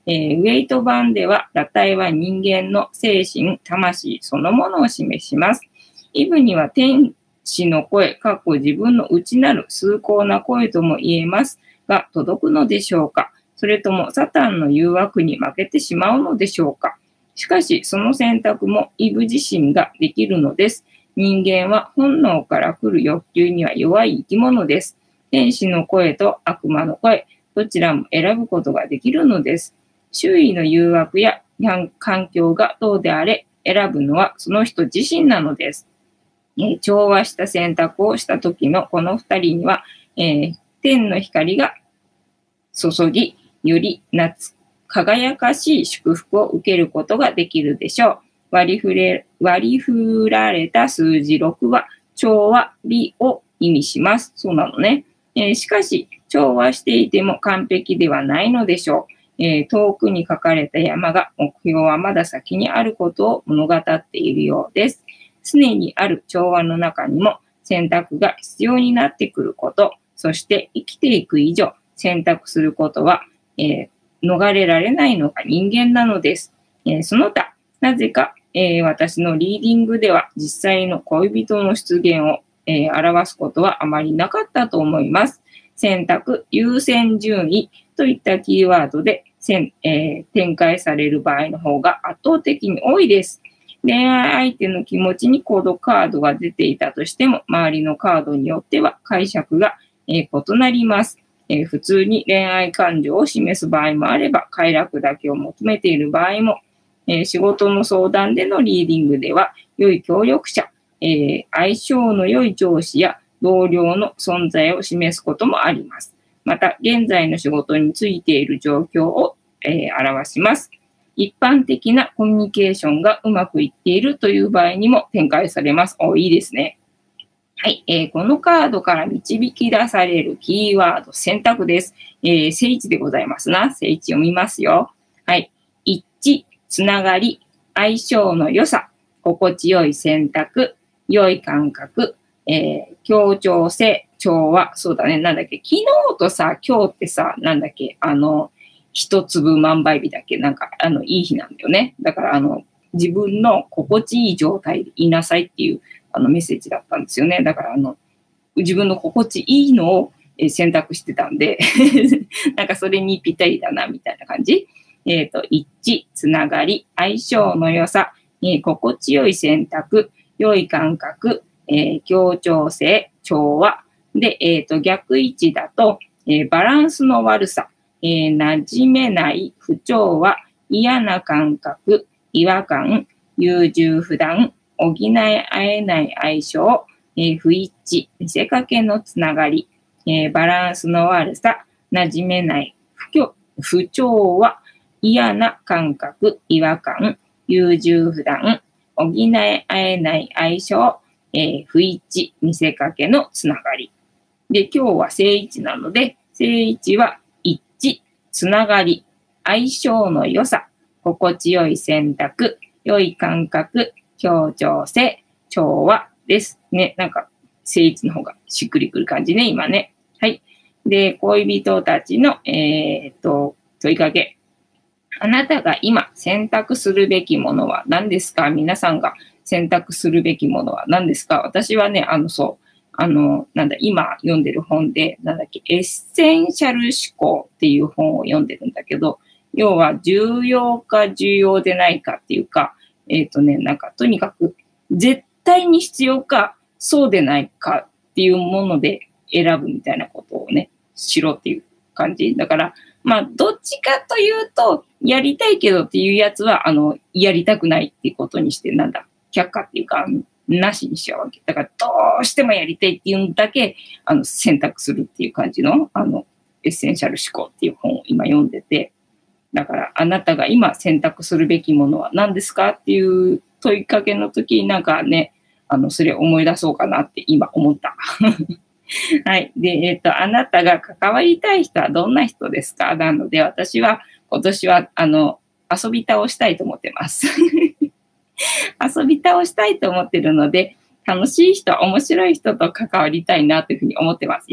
えー、ウェイト版では、裸体は人間の精神、魂そのものを示します。イブには天使の声、かっこ自分の内なる崇高な声とも言えますが、届くのでしょうか？それともサタンの誘惑に負けてしまうのでしょうか？しかし、その選択もイブ自身ができるのです。人間は本能から来る欲求には弱い生き物です。天使の声と悪魔の声、どちらも選ぶことができるのです。周囲の誘惑や環境がどうであれ、選ぶのはその人自身なのです。えー、調和した選択をした時のこの二人には、えー、天の光が注ぎ、より夏輝かしい祝福を受けることができるでしょう。割り振れ、割り振られた数字ろくは調和美を意味します。そうなのね。えー、しかし、調和していても完璧ではないのでしょう。えー、遠くに書かれた山が目標はまだ先にあることを物語っているようです。常にある調和の中にも選択が必要になってくること、そして生きていく以上、選択することは、えー、逃れられないのが人間なのです。えー、その他、なぜか、えー、私のリーディングでは実際の恋人の出現を、えー、表すことはあまりなかったと思います。選択、優先順位といったキーワードで、えー、展開される場合の方が圧倒的に多いです。恋愛相手の気持ちにコードカードが出ていたとしても、周りのカードによっては解釈が、えー、異なります。えー、普通に恋愛感情を示す場合もあれば、快楽だけを求めている場合も、えー、仕事の相談でのリーディングでは、良い協力者、えー、相性の良い上司や同僚の存在を示すこともあります。また、現在の仕事についている状況を、えー、表します。一般的なコミュニケーションがうまくいっているという場合にも展開されます。お、いいですね。はい、えー、このカードから導き出されるキーワード、選択です。えー、聖地でございますな。聖地読みますよ。はい。一致、つながり、相性の良さ、心地よい選択、良い感覚、えー、協調性、調和、そうだね、なんだっけ、昨日とさ、今日ってさ、なんだっけ、あの、一粒万倍日だっけ、なんか、あの、いい日なんだよね。だから、あの、自分の心地いい状態でいなさいっていう、あの、メッセージだったんですよね。だから、あの、自分の心地いいのを選択してたんで、なんかそれにぴったりだな、みたいな感じ。えっと、一致、つながり、相性の良さ、えー、心地よい選択、良い感覚、えー、協調性、調和。で、えっと、逆位置だと、えー、バランスの悪さ、えー、馴染めない不調和、嫌な感覚、違和感、優柔不断、補い合えない相性、えー、不一致、見せかけのつながり、えー、バランスの悪さ、馴染めない不不調和、嫌な感覚、違和感、優柔不断、補い合えない相性、えー、不一致、見せかけのつながり。で、今日は正位置なので、正位置は一致、つながり、相性の良さ、心地よい選択、良い感覚、協調性、調和ですね。なんか、正位置の方がしっくりくる感じね、今ね。はい。で、恋人たちの、えー、っと、問いかけ。あなたが今選択するべきものは何ですか？皆さんが選択するべきものは何ですか？私はね、あの、そう、あの、なんだ、今読んでる本で、なんだっけ、エッセンシャル思考っていう本を読んでるんだけど、要は重要か重要でないかっていうか、えっとね、なんかとにかく絶対に必要かそうでないかっていうもので選ぶみたいなことをね、しろっていう感じ。だから、まあ、どっちかというと、やりたいけどっていうやつは、あの、やりたくないっていうことにして、なんだ、却下っていうか、なしにしちゃうわけ。だから、どうしてもやりたいっていうんだけ、あの、選択するっていう感じの、あの、エッセンシャル思考っていう本を今読んでて、だから、あなたが今選択するべきものは何ですかっていう問いかけの時になんかね、あの、それ思い出そうかなって今思った。はい。で、えっと、あなたが関わりたい人はどんな人ですか？なので、私は今年は、あの、遊び倒したいと思ってます。遊び倒したいと思ってるので、楽しい人、面白い人と関わりたいなというふうに思ってますよ。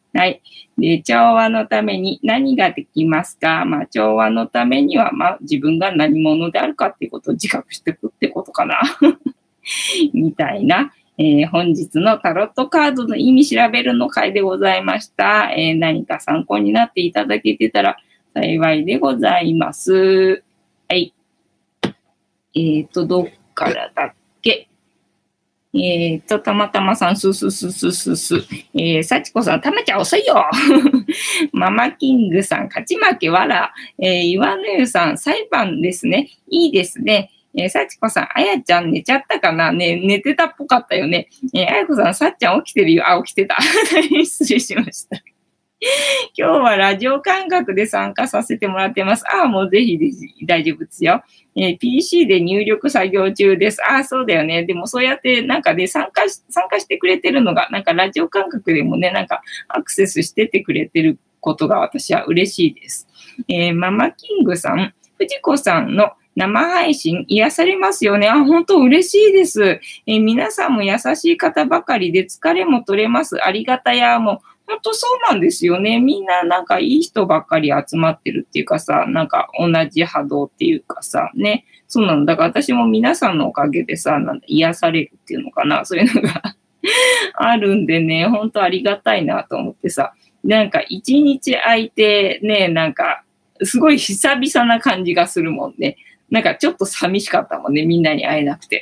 はい。で、調和のために何ができますか？まあ、調和のためには、まあ、自分が何者であるかっていうことを自覚していくってことかな。みたいな、えー本日のタロットカードの意味調べるの回でございました。えー何か参考になっていただけてたら幸いでございます。はい。えっ、と、どっからだっけ？えっ、と、たまたまさん、すすすすすす。えー、幸子さん、たまちゃん遅いよ。ママキングさん、勝ち負けわら。えー、岩の湯さん、裁判ですね。いいですね。えー、幸子さん、あやちゃん寝ちゃったかなね、寝てたっぽかったよね。えー、あやこさん、さっちゃん起きてるよ。あ、起きてた。失礼しました。今日はラジオ感覚で参加させてもらってます。ああ、もうぜひぜひ大丈夫ですよ。えー ピーシー で入力作業中です。ああ、そうだよね。でもそうやってなんかね、参加し、参加してくれてるのが、なんかラジオ感覚でもね、なんかアクセスしててくれてることが私は嬉しいです。えーママキングさん、藤子さんの生配信癒されますよね。あ、本当嬉しいです。えー皆さんも優しい方ばかりで疲れも取れます。ありがたやもう本当そうなんですよね。みんななんかいい人ばっかり集まってるっていうかさ、なんか同じ波動っていうかさ、ね。そうなの。だから私も皆さんのおかげでさ、なんだ癒されるっていうのかな。そういうのがあるんでね、本当ありがたいなと思ってさ。なんか一日空いてね、なんかすごい久々な感じがするもんね。なんかちょっと寂しかったもんね。みんなに会えなくて。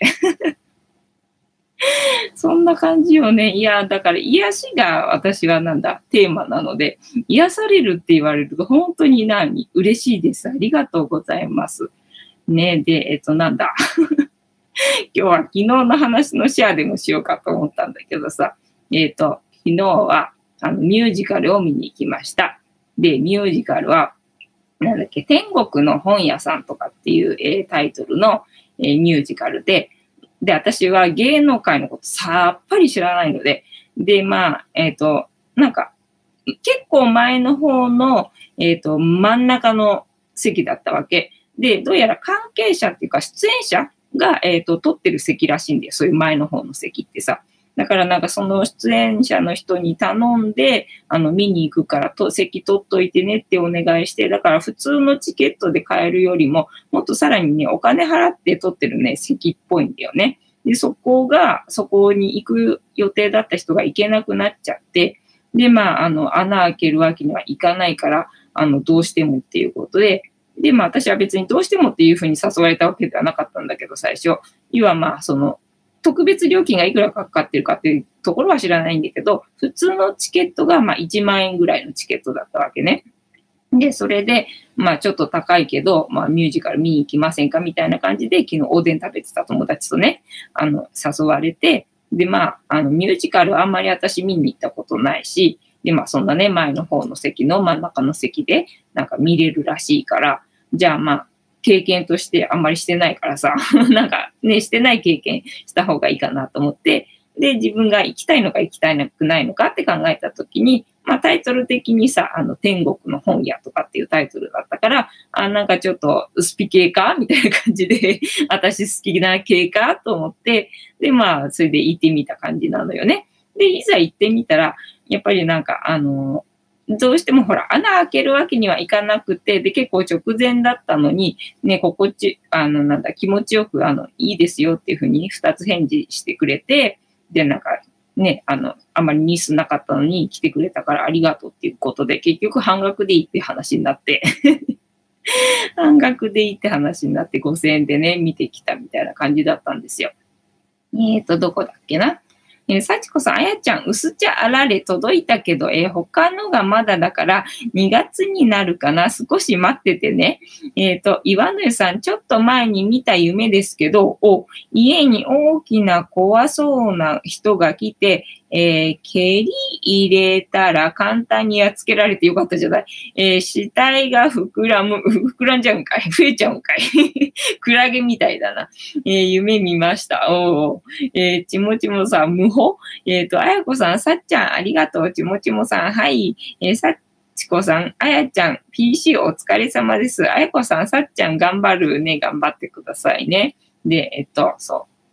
そんな感じよね。いや、だから癒しが私はなんだ、テーマなので、癒されるって言われると本当に何、嬉しいです。ありがとうございます。ね、で、えっと、なんだ。今日は昨日の話のシェアでもしようかと思ったんだけどさ、えっと、昨日はあのミュージカルを見に行きました。で、ミュージカルは、なんだっけ、天国の本屋さんとかっていう、えータイトルの、えーミュージカルで、で、私は芸能界のことさっぱり知らないので、で、まあ、えっ、と、なんか、結構前の方の、えっ、と、真ん中の席だったわけ。で、どうやら関係者っていうか出演者が、えっ、と、取ってる席らしいんだよ。そういう前の方の席ってさ。だからなんかその出演者の人に頼んで、あの、見に行くからと席取っといてねってお願いして、だから普通のチケットで買えるよりも、もっとさらにね、お金払って取ってるね、席っぽいんだよね。で、そこが、そこに行く予定だった人が行けなくなっちゃって、で、まあ、あの、穴開けるわけにはいかないから、あの、どうしてもっていうことで、で、まあ、私は別にどうしてもっていうふうに誘われたわけではなかったんだけど、最初。要はまあ、その、特別料金がいくらかかってるかっていうところは知らないんだけど、普通のチケットがまあいちまん円ぐらいのチケットだったわけね。で、それで、まあちょっと高いけど、まあミュージカル見に行きませんかみたいな感じで、昨日おでん食べてた友達とね、あの、誘われて、で、まあ、あの、ミュージカルあんまり私見に行ったことないし、で、まあそんなね、前の方の席の真ん中の席で、なんか見れるらしいから、じゃあまあ、経験としてあんまりしてないからさ、なんかね、してない経験した方がいいかなと思って、で、自分が行きたいのか行きたくないのかって考えたときに、まあタイトル的にさ、あの、天国の本屋とかっていうタイトルだったから、あ、なんかちょっとスピ系かみたいな感じで、私好きな系かと思って、で、まあ、それで行ってみた感じなのよね。で、いざ行ってみたら、やっぱりなんか、あの、どうしてもほら、穴開けるわけにはいかなくて、で、結構直前だったのに、ね、心地、あの、なんだ、気持ちよく、あの、いいですよっていうふうに二つ返事してくれて、で、なんか、ね、あの、あまりミスなかったのに来てくれたからありがとうっていうことで、結局半額でいいって話になって、半額でいいって話になってごせんえんでね、見てきたみたいな感じだったんですよ。えーと、どこだっけな。えー、幸子さん、あやちゃん、薄茶あられ届いたけど、えー他のがまだだからにがつになるかな。少し待っててね。えっ、と、岩根さん、ちょっと前に見た夢ですけど、お、家に大きな怖そうな人が来て、えー蹴り入れたら簡単にやっつけられてよかったじゃない。えー死体が膨らむ、膨らんじゃうんかい。増えちゃうんかい。クラゲみたいだな。えー夢見ました。おー。えーちもちもさん、無法えっ、と、あやこさん、さっちゃん、ありがとう。ちもちもさん、はい。えーさっちこさん、あやちゃん、ピーシー お疲れ様です。あやこさん、さっちゃん、頑張るね。頑張ってくださいね。で、えっと、そう。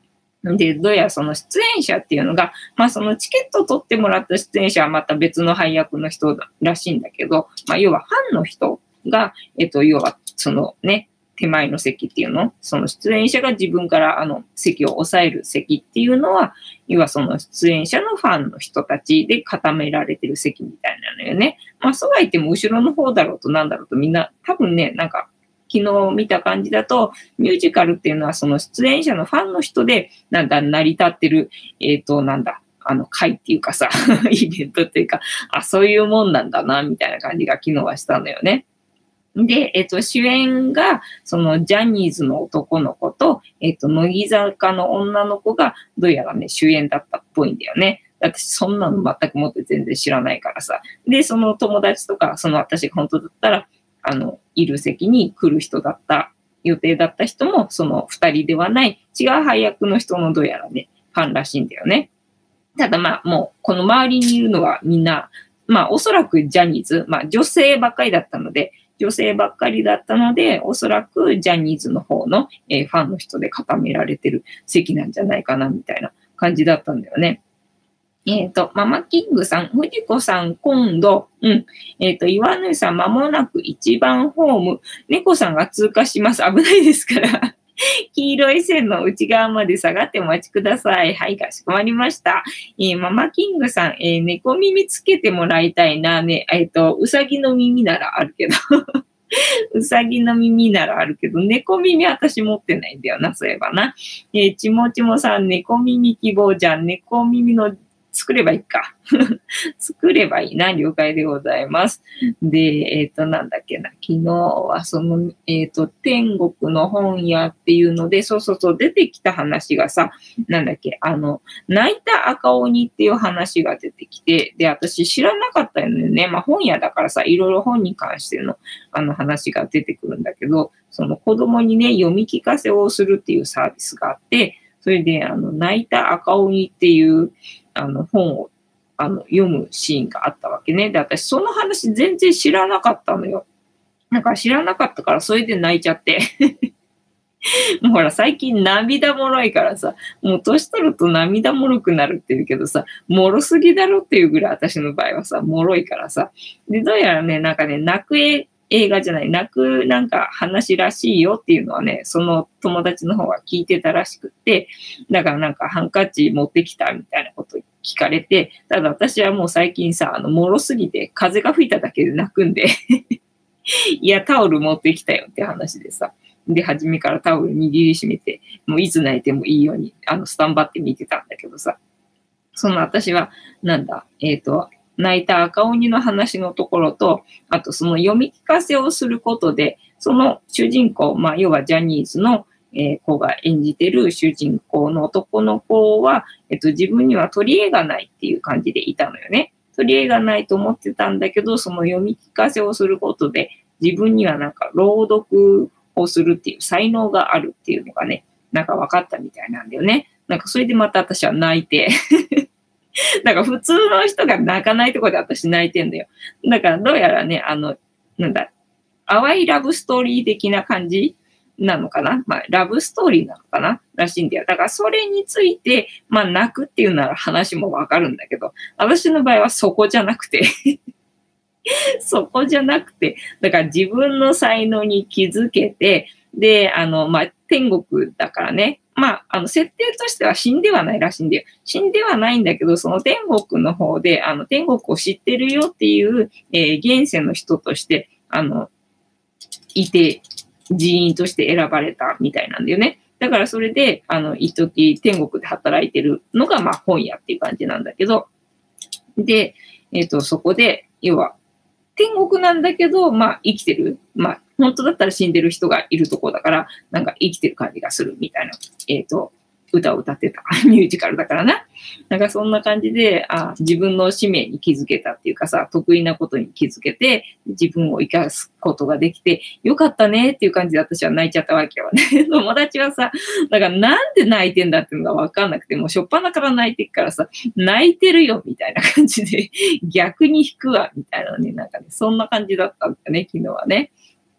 で、どうやらその出演者っていうのが、まあそのチケットを取ってもらった出演者はまた別の配役の人らしいんだけど、まあ要はファンの人が、えっと、要はそのね、手前の席っていうの、その出演者が自分からあの席を抑える席っていうのは、要はその出演者のファンの人たちで固められてる席みたいなのよね。まあそうは言っても後ろの方だろうとなんだろうとみんな多分ね、なんか昨日見た感じだと、ミュージカルっていうのはその出演者のファンの人で、なんだ、成り立ってる、えっと、なんだ、あの、会っていうかさ、イベントっていうか、あ、そういうもんなんだな、みたいな感じが昨日はしたのよね。で、えっと、主演が、その、ジャニーズの男の子と、えっと、乃木坂の女の子が、どうやらね、主演だったっぽいんだよね。私、そんなの全くもって全然知らないからさ。で、その友達とか、その私が本当だったら、あの、いる席に来る人だった、予定だった人も、その二人ではない、違う配役の人のどうやらね、ファンらしいんだよね。ただまあ、もう、この周りにいるのはみんな、まあ、おそらくジャニーズ、まあ、女性ばっかりだったので、女性ばっかりだったので、おそらくジャニーズの方の、えーファンの人で固められてる席なんじゃないかな、みたいな感じだったんだよね。えっ、と、ママキングさん、藤子さん、今度、うん。えっ、と、岩根さん、まもなく一番ホーム、猫さんが通過します。危ないですから。黄色い線の内側まで下がってお待ちください。はい、かしこまりました。えーママキングさん、えー猫耳つけてもらいたいな。ね、えっ、と、うさぎの耳ならあるけど。うさぎの耳ならあるけど、猫耳私持ってないんだよな、そういえばな。えーちもちもさん、猫耳希望じゃん。猫耳の作ればいいか。作ればいいな。了解でございます。で、えっ、と、なんだっけな。昨日はその、えっ、と、天国の本屋っていうので、そうそうそう、出てきた話がさ、なんだっけ、あの、泣いた赤鬼っていう話が出てきて、で、私知らなかったよね。まあ本屋だからさ、いろいろ本に関してのあの話が出てくるんだけど、その子供にね、読み聞かせをするっていうサービスがあって、それで、あの、泣いた赤鬼っていう、あの、本を、あの、読むシーンがあったわけね。で、私、その話全然知らなかったのよ。なんか知らなかったから、それで泣いちゃって。もうほら、最近涙もろいからさ、もう年取ると涙もろくなるって言うけどさ、もろすぎだろっていうぐらい私の場合はさ、もろいからさ。で、どうやらね、なんかね、泣く映映画じゃない、泣くなんか話らしいよっていうのはね、その友達の方が聞いてたらしくって、だからなんかハンカチ持ってきたみたいなこと聞かれて、ただ私はもう最近さ、あの、もろすぎて風が吹いただけで泣くんでいや、タオル持ってきたよって話でさ、で、初めからタオル握りしめて、もういつ泣いてもいいように、あの、スタンバって見てたんだけどさ、その私は、なんだ、えっ、と、泣いた赤鬼の話のところと、あとその読み聞かせをすることで、その主人公、まあ、要はジャニーズの、えー子が演じてる主人公の男の子は、えっと、自分には取り柄がないっていう感じでいたのよね。取り柄がないと思ってたんだけど、その読み聞かせをすることで、自分にはなんか朗読をするっていう才能があるっていうのがね、なんか分かったみたいなんだよね。なんかそれでまた私は泣いてなんか普通の人が泣かないところで私泣いてんだよ。だからどうやらね、あの、なんだ、淡いラブストーリー的な感じなのかな、まあ、ラブストーリーなのかならしいんだよ。だからそれについて、まあ泣くっていうなら話もわかるんだけど、私の場合はそこじゃなくてそこじゃなくて、だから自分の才能に気づけて、で、あの、まあ、天国だからね、まあ、あの、設定としては死んではないらしいんだよ。死んではないんだけど、その天国の方で、あの、天国を知ってるよっていう、えー現世の人として、あの、いて、人員として選ばれたみたいなんだよね。だからそれで、あの、一時天国で働いてるのが、まあ、本屋っていう感じなんだけど、で、えっと、そこで、要は、天国なんだけど、まあ、生きてる。まあ、本当だったら死んでる人がいるところだから、なんか生きてる感じがするみたいな、えっと、歌を歌ってたミュージカルだからな。なんかそんな感じで、あ、自分の使命に気づけたっていうかさ、得意なことに気づけて、自分を生かすことができて、よかったねっていう感じで私は泣いちゃったわけよね。友達はさ、だからなんで泣いてんだっていうのがわかんなくて、もうしょっぱなから泣いてっからさ、泣いてるよみたいな感じで、逆に引くわみたいなね、なんかね、そんな感じだったんだね、昨日はね。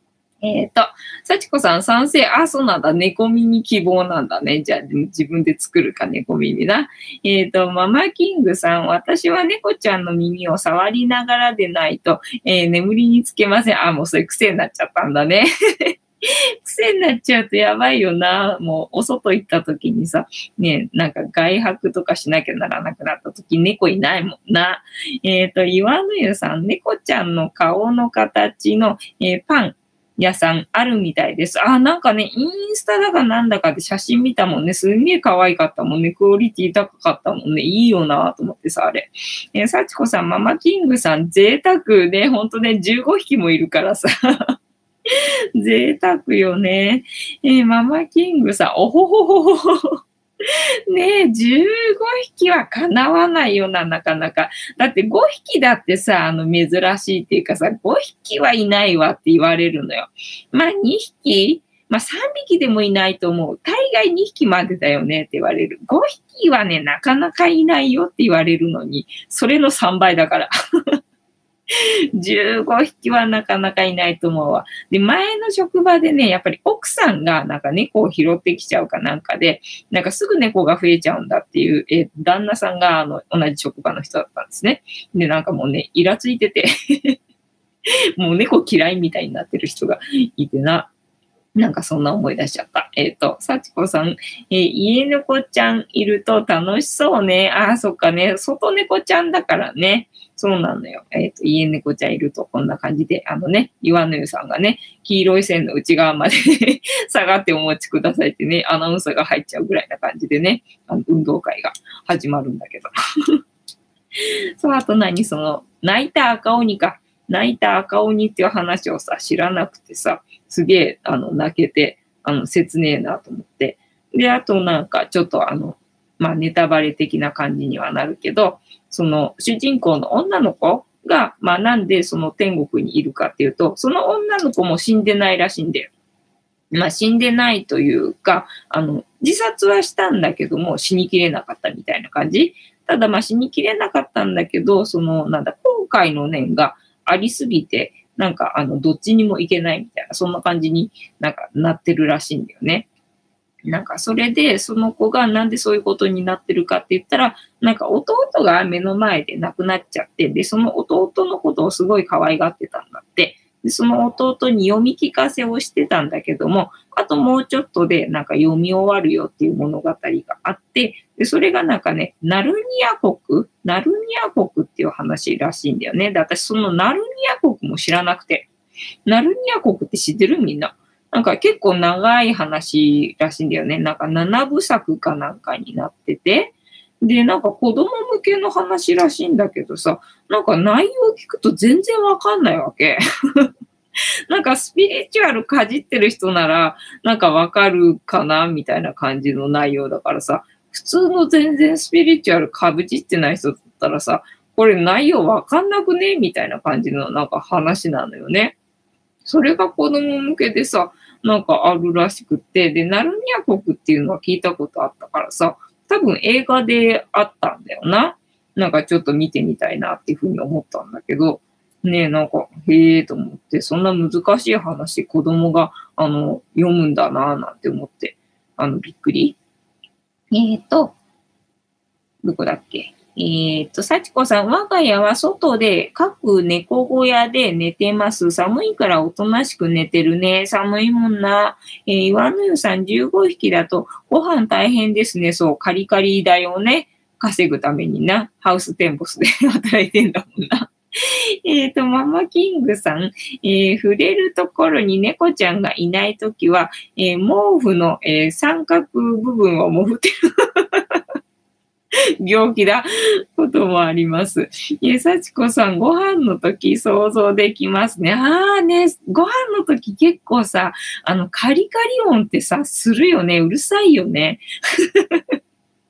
えっと、幸子さん賛成。あ、そうなんだ。猫耳希望なんだね。じゃあ、自分で作るか、猫耳な。えっと、ママキングさん、私は猫ちゃんの耳を触りながらでないと、えー眠りにつけません。あ、もうそれ癖になっちゃったんだね。癖になっちゃうとやばいよな。もう、お外行った時にさ、ね、なんか外泊とかしなきゃならなくなった時、猫いないもんな。えっと、岩の湯さん、猫ちゃんの顔の形の、えーパン、屋さんあるみたいです。あ、なんかね、インスタだかなんだかで写真見たもんね。すんげえ可愛かったもんね。クオリティ高かったもんね。いいよなと思ってさ、あれ。えー、幸子さん、ママキングさん、贅沢ね。ほんとね、じゅうごひきもいるからさ。贅沢よね。えーママキングさん、おほほほほほ。ねえ、じゅうごひきはかなわないよな、なかなか。だってごひきだってさ、あの、珍しいっていうかさ、ごひきはいないわって言われるのよ。まあ、にひき、まあ、さんびきでもいないと思う。大概にひきまでだよねって言われる。ごひきはね、なかなかいないよって言われるのに、それのさんばいだから。じゅうごひきはなかなかいないと思うわ。で、前の職場でね、やっぱり奥さんがなんか猫を拾ってきちゃうかなんかで、なんかすぐ猫が増えちゃうんだっていう、えー旦那さんがあの同じ職場の人だったんですね。で、なんかもうね、イラついててもう猫嫌いみたいになってる人がいてな。なんかそんな思い出しちゃった。えっ、と、幸子さん、えー家猫ちゃんいると楽しそうね。ああ、そっかね。外猫ちゃんだからね。そうなのよ。えっ、と、家猫ちゃんいるとこんな感じで、あのね、岩の湯さんがね、黄色い線の内側まで下がってお待ちくださいってね、アナウンサーが入っちゃうぐらいな感じでね、あの運動会が始まるんだけど。そう、あと何その、泣いた赤鬼か。泣いた赤鬼っていう話をさ、知らなくてさ、すげえ、あの、泣けて、あの、切ねえなと思って。で、あとなんか、ちょっとあの、まあ、ネタバレ的な感じにはなるけど、その、主人公の女の子が、まあ、なんでその天国にいるかっていうと、その女の子も死んでないらしいんだよ。まあ、死んでないというか、あの、自殺はしたんだけども、死にきれなかったみたいな感じ。ただ、まあ、死にきれなかったんだけど、その、なんだ、後悔の念がありすぎて、なんか、あの、どっちにも行けないみたいな、そんな感じになんかなってるらしいんだよね。なんか、それで、その子がなんでそういうことになってるかって言ったら、なんか弟が目の前で亡くなっちゃって、で、その弟のことをすごい可愛がってたんだって。で、その弟に読み聞かせをしてたんだけども、あともうちょっとでなんか読み終わるよっていう物語があって、で、それがなんかね、ナルニア国ナルニア国っていう話らしいんだよね。で、私そのナルニア国も知らなくて、ナルニア国って知ってるみんな。なんか結構長い話らしいんだよね。なんかななぶさくかなんかになってて。で、なんか子供向けの話らしいんだけどさ、なんか内容を聞くと全然わかんないわけ。なんかスピリチュアルかじってる人なら、なんかわかるかなみたいな感じの内容だからさ、普通の全然スピリチュアルかぶじってない人だったらさ、これ内容わかんなくねみたいな感じのなんか話なのよね。それが子供向けでさ、なんかあるらしくって、で、ナルニア国っていうのは聞いたことあったからさ、多分映画であったんだよな。なんかちょっと見てみたいなっていうふうに思ったんだけど、ねえ、なんか、へえと思って、そんな難しい話子供が、あの、読むんだなぁなんて思って、あの、びっくり。えっと、どこだっけえっと、幸子さん、我が家は外で各猫小屋で寝てます。寒いからおとなしく寝てるね。寒いもんな。えー、岩の湯さんじゅうごひきだとご飯大変ですね。そう、カリカリだよね。稼ぐためにな。ハウステンボスで働いてんだもんな。えっと、ママキングさん、えー触れるところに猫ちゃんがいないときは、えー毛布の、えー三角部分をもふって病気だこともあります。え、幸子さん、ご飯の時想像できますね。ああね、ご飯の時結構さ、あの、カリカリ音ってさ、するよね。うるさいよね。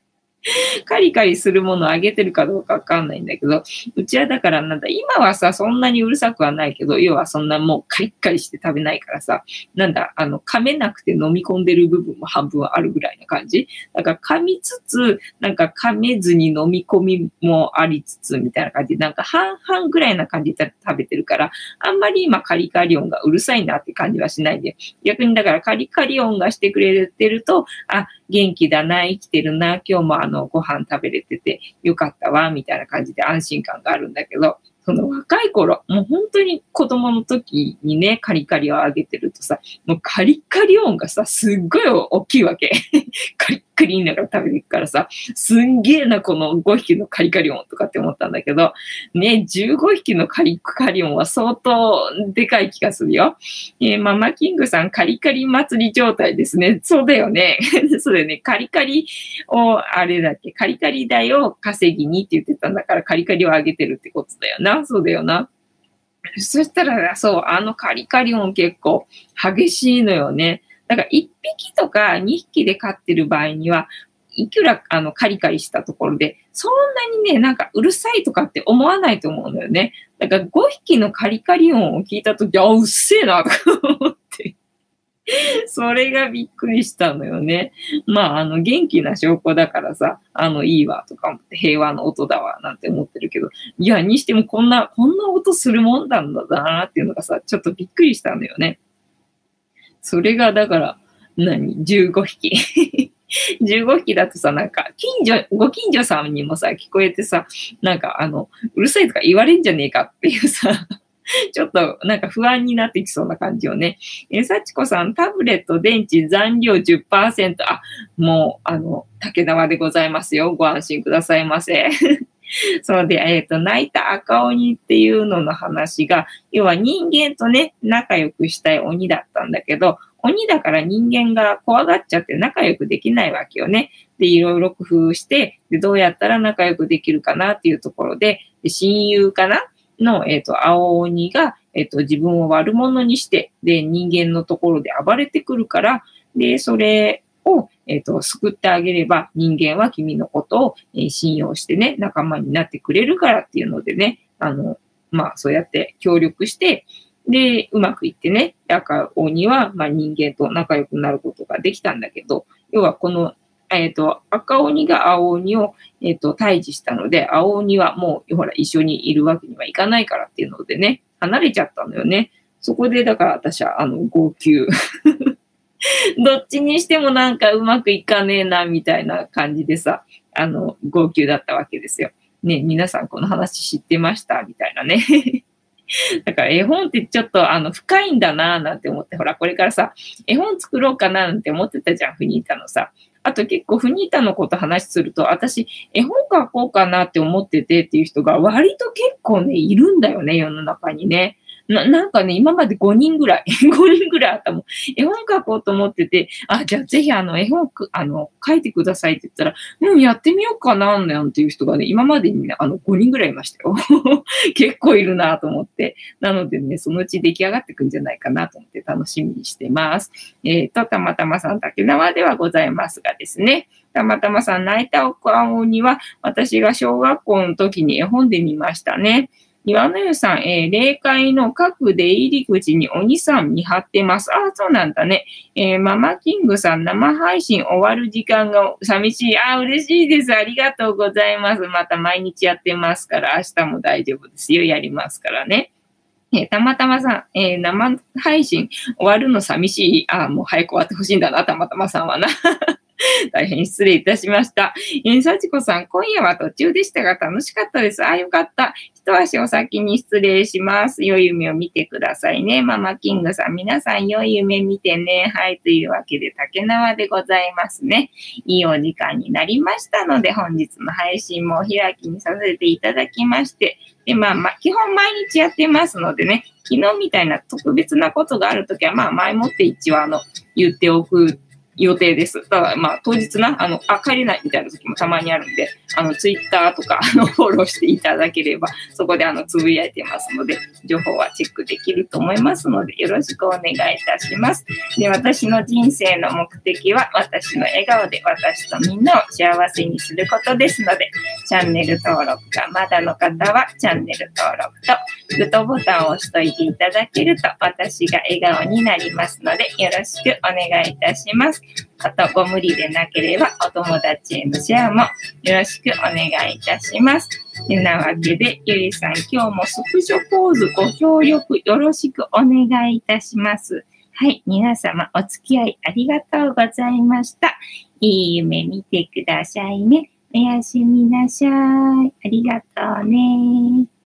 カリカリするものをあげてるかどうかわかんないんだけど、うちはだからなんだ、今はさ、そんなにうるさくはないけど、要はそんなもうカリッカリして食べないからさ、なんだ、あの、噛めなくて飲み込んでる部分も半分あるぐらいな感じ。だから噛みつつ、なんか噛めずに飲み込みもありつつ、みたいな感じで、なんか半々ぐらいな感じで食べてるから、あんまり今カリカリ音がうるさいなって感じはしないで、逆にだからカリカリ音がしてくれてると、あ、元気だな、生きてるな、今日もあの、ご飯食べれててよかったわ、みたいな感じで安心感があるんだけど、その若い頃、もう本当に子供の時にね、カリカリをあげてるとさ、もうカリカリ音がさ、すっごい大きいわけ。カリッカリ言いながら食べていくからさ、すんげえな、このごひきのカリカリ音とかって思ったんだけど、ね、じゅうごひきのカリカリ音は相当でかい気がするよ。えー、ママキングさん、カリカリ祭り状態ですね。そうだよね。そうだよね。カリカリを、あれだっけ、カリカリ代を稼ぎにって言ってたんだから、カリカリをあげてるってことだよな。そうだよな。そしたら、そう、あのカリカリ音結構激しいのよね。だからいっぴきとかにひきで飼ってる場合には、いくらあのカリカリしたところで、そんなにね、なんかうるさいとかって思わないと思うのよね。だからごひきのカリカリ音を聞いたとき、あ、うっせえな、とか思って。それがびっくりしたのよね。まあ、あの、元気な証拠だからさ、あの、いいわとか思って、平和の音だわ、なんて思ってるけど、いや、にしてもこんな、こんな音するもんなんだなっていうのがさ、ちょっとびっくりしたのよね。それが、だから、何 ?じゅうごひき。じゅうごひきだとさ、なんか、近所、ご近所さんにもさ、聞こえてさ、なんか、あの、うるさいとか言われんじゃねえかっていうさ、ちょっとなんか不安になってきそうな感じよね。えー、幸子さん、タブレット電池残量 じゅっパーセント。あ、もう、あの、竹縄でございますよ。ご安心くださいませ。そうで、えっと、泣いた赤鬼っていうのの話が、要は人間とね、仲良くしたい鬼だったんだけど、鬼だから人間が怖がっちゃって仲良くできないわけよね。で、いろいろ工夫して、で、どうやったら仲良くできるかなっていうところで、で親友かなの、えっと、青鬼が、えっと、自分を悪者にして、で、人間のところで暴れてくるから、で、それを、えっと、救ってあげれば、人間は君のことを、えー、信用してね、仲間になってくれるからっていうのでね、あの、まあ、そうやって協力して、で、うまくいってね、赤鬼は、まあ、人間と仲良くなることができたんだけど、要はこの、えっと、赤鬼が青鬼を、えっと、退治したので、青鬼はもう、ほら、一緒にいるわけにはいかないからっていうのでね、離れちゃったのよね。そこで、だから私は、あの、号泣。どっちにしてもなんかうまくいかねえな、みたいな感じでさ、あの、号泣だったわけですよ。ね、皆さんこの話知ってましたみたいなね。だから絵本ってちょっとあの深いんだなぁなんて思って、ほら、これからさ、絵本作ろうかななんて思ってたじゃん、フニータのさ。あと結構フニータのこと話すると、私、絵本書こうかなって思っててっていう人が割と結構ね、いるんだよね、世の中にね。ななんかね、今までごにんぐらい、ごにんぐらいあったもん。絵本書こうと思ってて、あ、じゃあぜひあの絵本あの書いてくださいって言ったら、うん、やってみようかな、なんていう人がね、今までにね、あのごにんぐらいいましたよ。結構いるなと思って。なのでね、そのうち出来上がってくんじゃないかなと思って楽しみにしてます。えっと、たまたまさん、竹縄ではございますがですね、たまたまさん、泣いたお顔には、私が小学校の時に絵本で見ましたね。岩の湯さん、えー、霊界の各出入り口に鬼さん見張ってます。ああ、そうなんだね。えー、ママキングさん、生配信終わる時間が寂しい。ああ、嬉しいです。ありがとうございます。また毎日やってますから、明日も大丈夫ですよ。やりますからね。えー、たまたまさん、えー、生配信終わるの寂しい。ああ、もう早く終わってほしいんだな、たまたまさんはな。大変失礼いたしました。えー、幸子さん、今夜は途中でしたが楽しかったです。ああ、よかった。一足お先に失礼します。良い夢を見てくださいね。ママキングさん、皆さん良い夢見てね。はい、というわけで、竹縄でございますね。いいお時間になりましたので、本日の配信もお開きにさせていただきまして、で、まあ、まあ、基本毎日やってますのでね、昨日みたいな特別なことがあるときは、まあ、前もって一応、あの、言っておく予定です。だからまあ当日な、あの、あ、帰れないみたいな時もたまにあるんで、あの、ツイッターとか、あの、フォローしていただければ、そこであの、つぶやいてますので、情報はチェックできると思いますので、よろしくお願いいたします。で、私の人生の目的は、私の笑顔で私とみんなを幸せにすることですので、チャンネル登録がまだの方は、チャンネル登録とグッドボタンを押しといていただけると、私が笑顔になりますので、よろしくお願いいたします。あと、ご無理でなければ、お友達へのシェアもよろしくお願いいたします。てなわけで、ゆりさん、今日もスクショポーズご協力よろしくお願いいたします。はい、皆様お付き合いありがとうございました。いい夢見てくださいね。おやすみなさい。ありがとうね。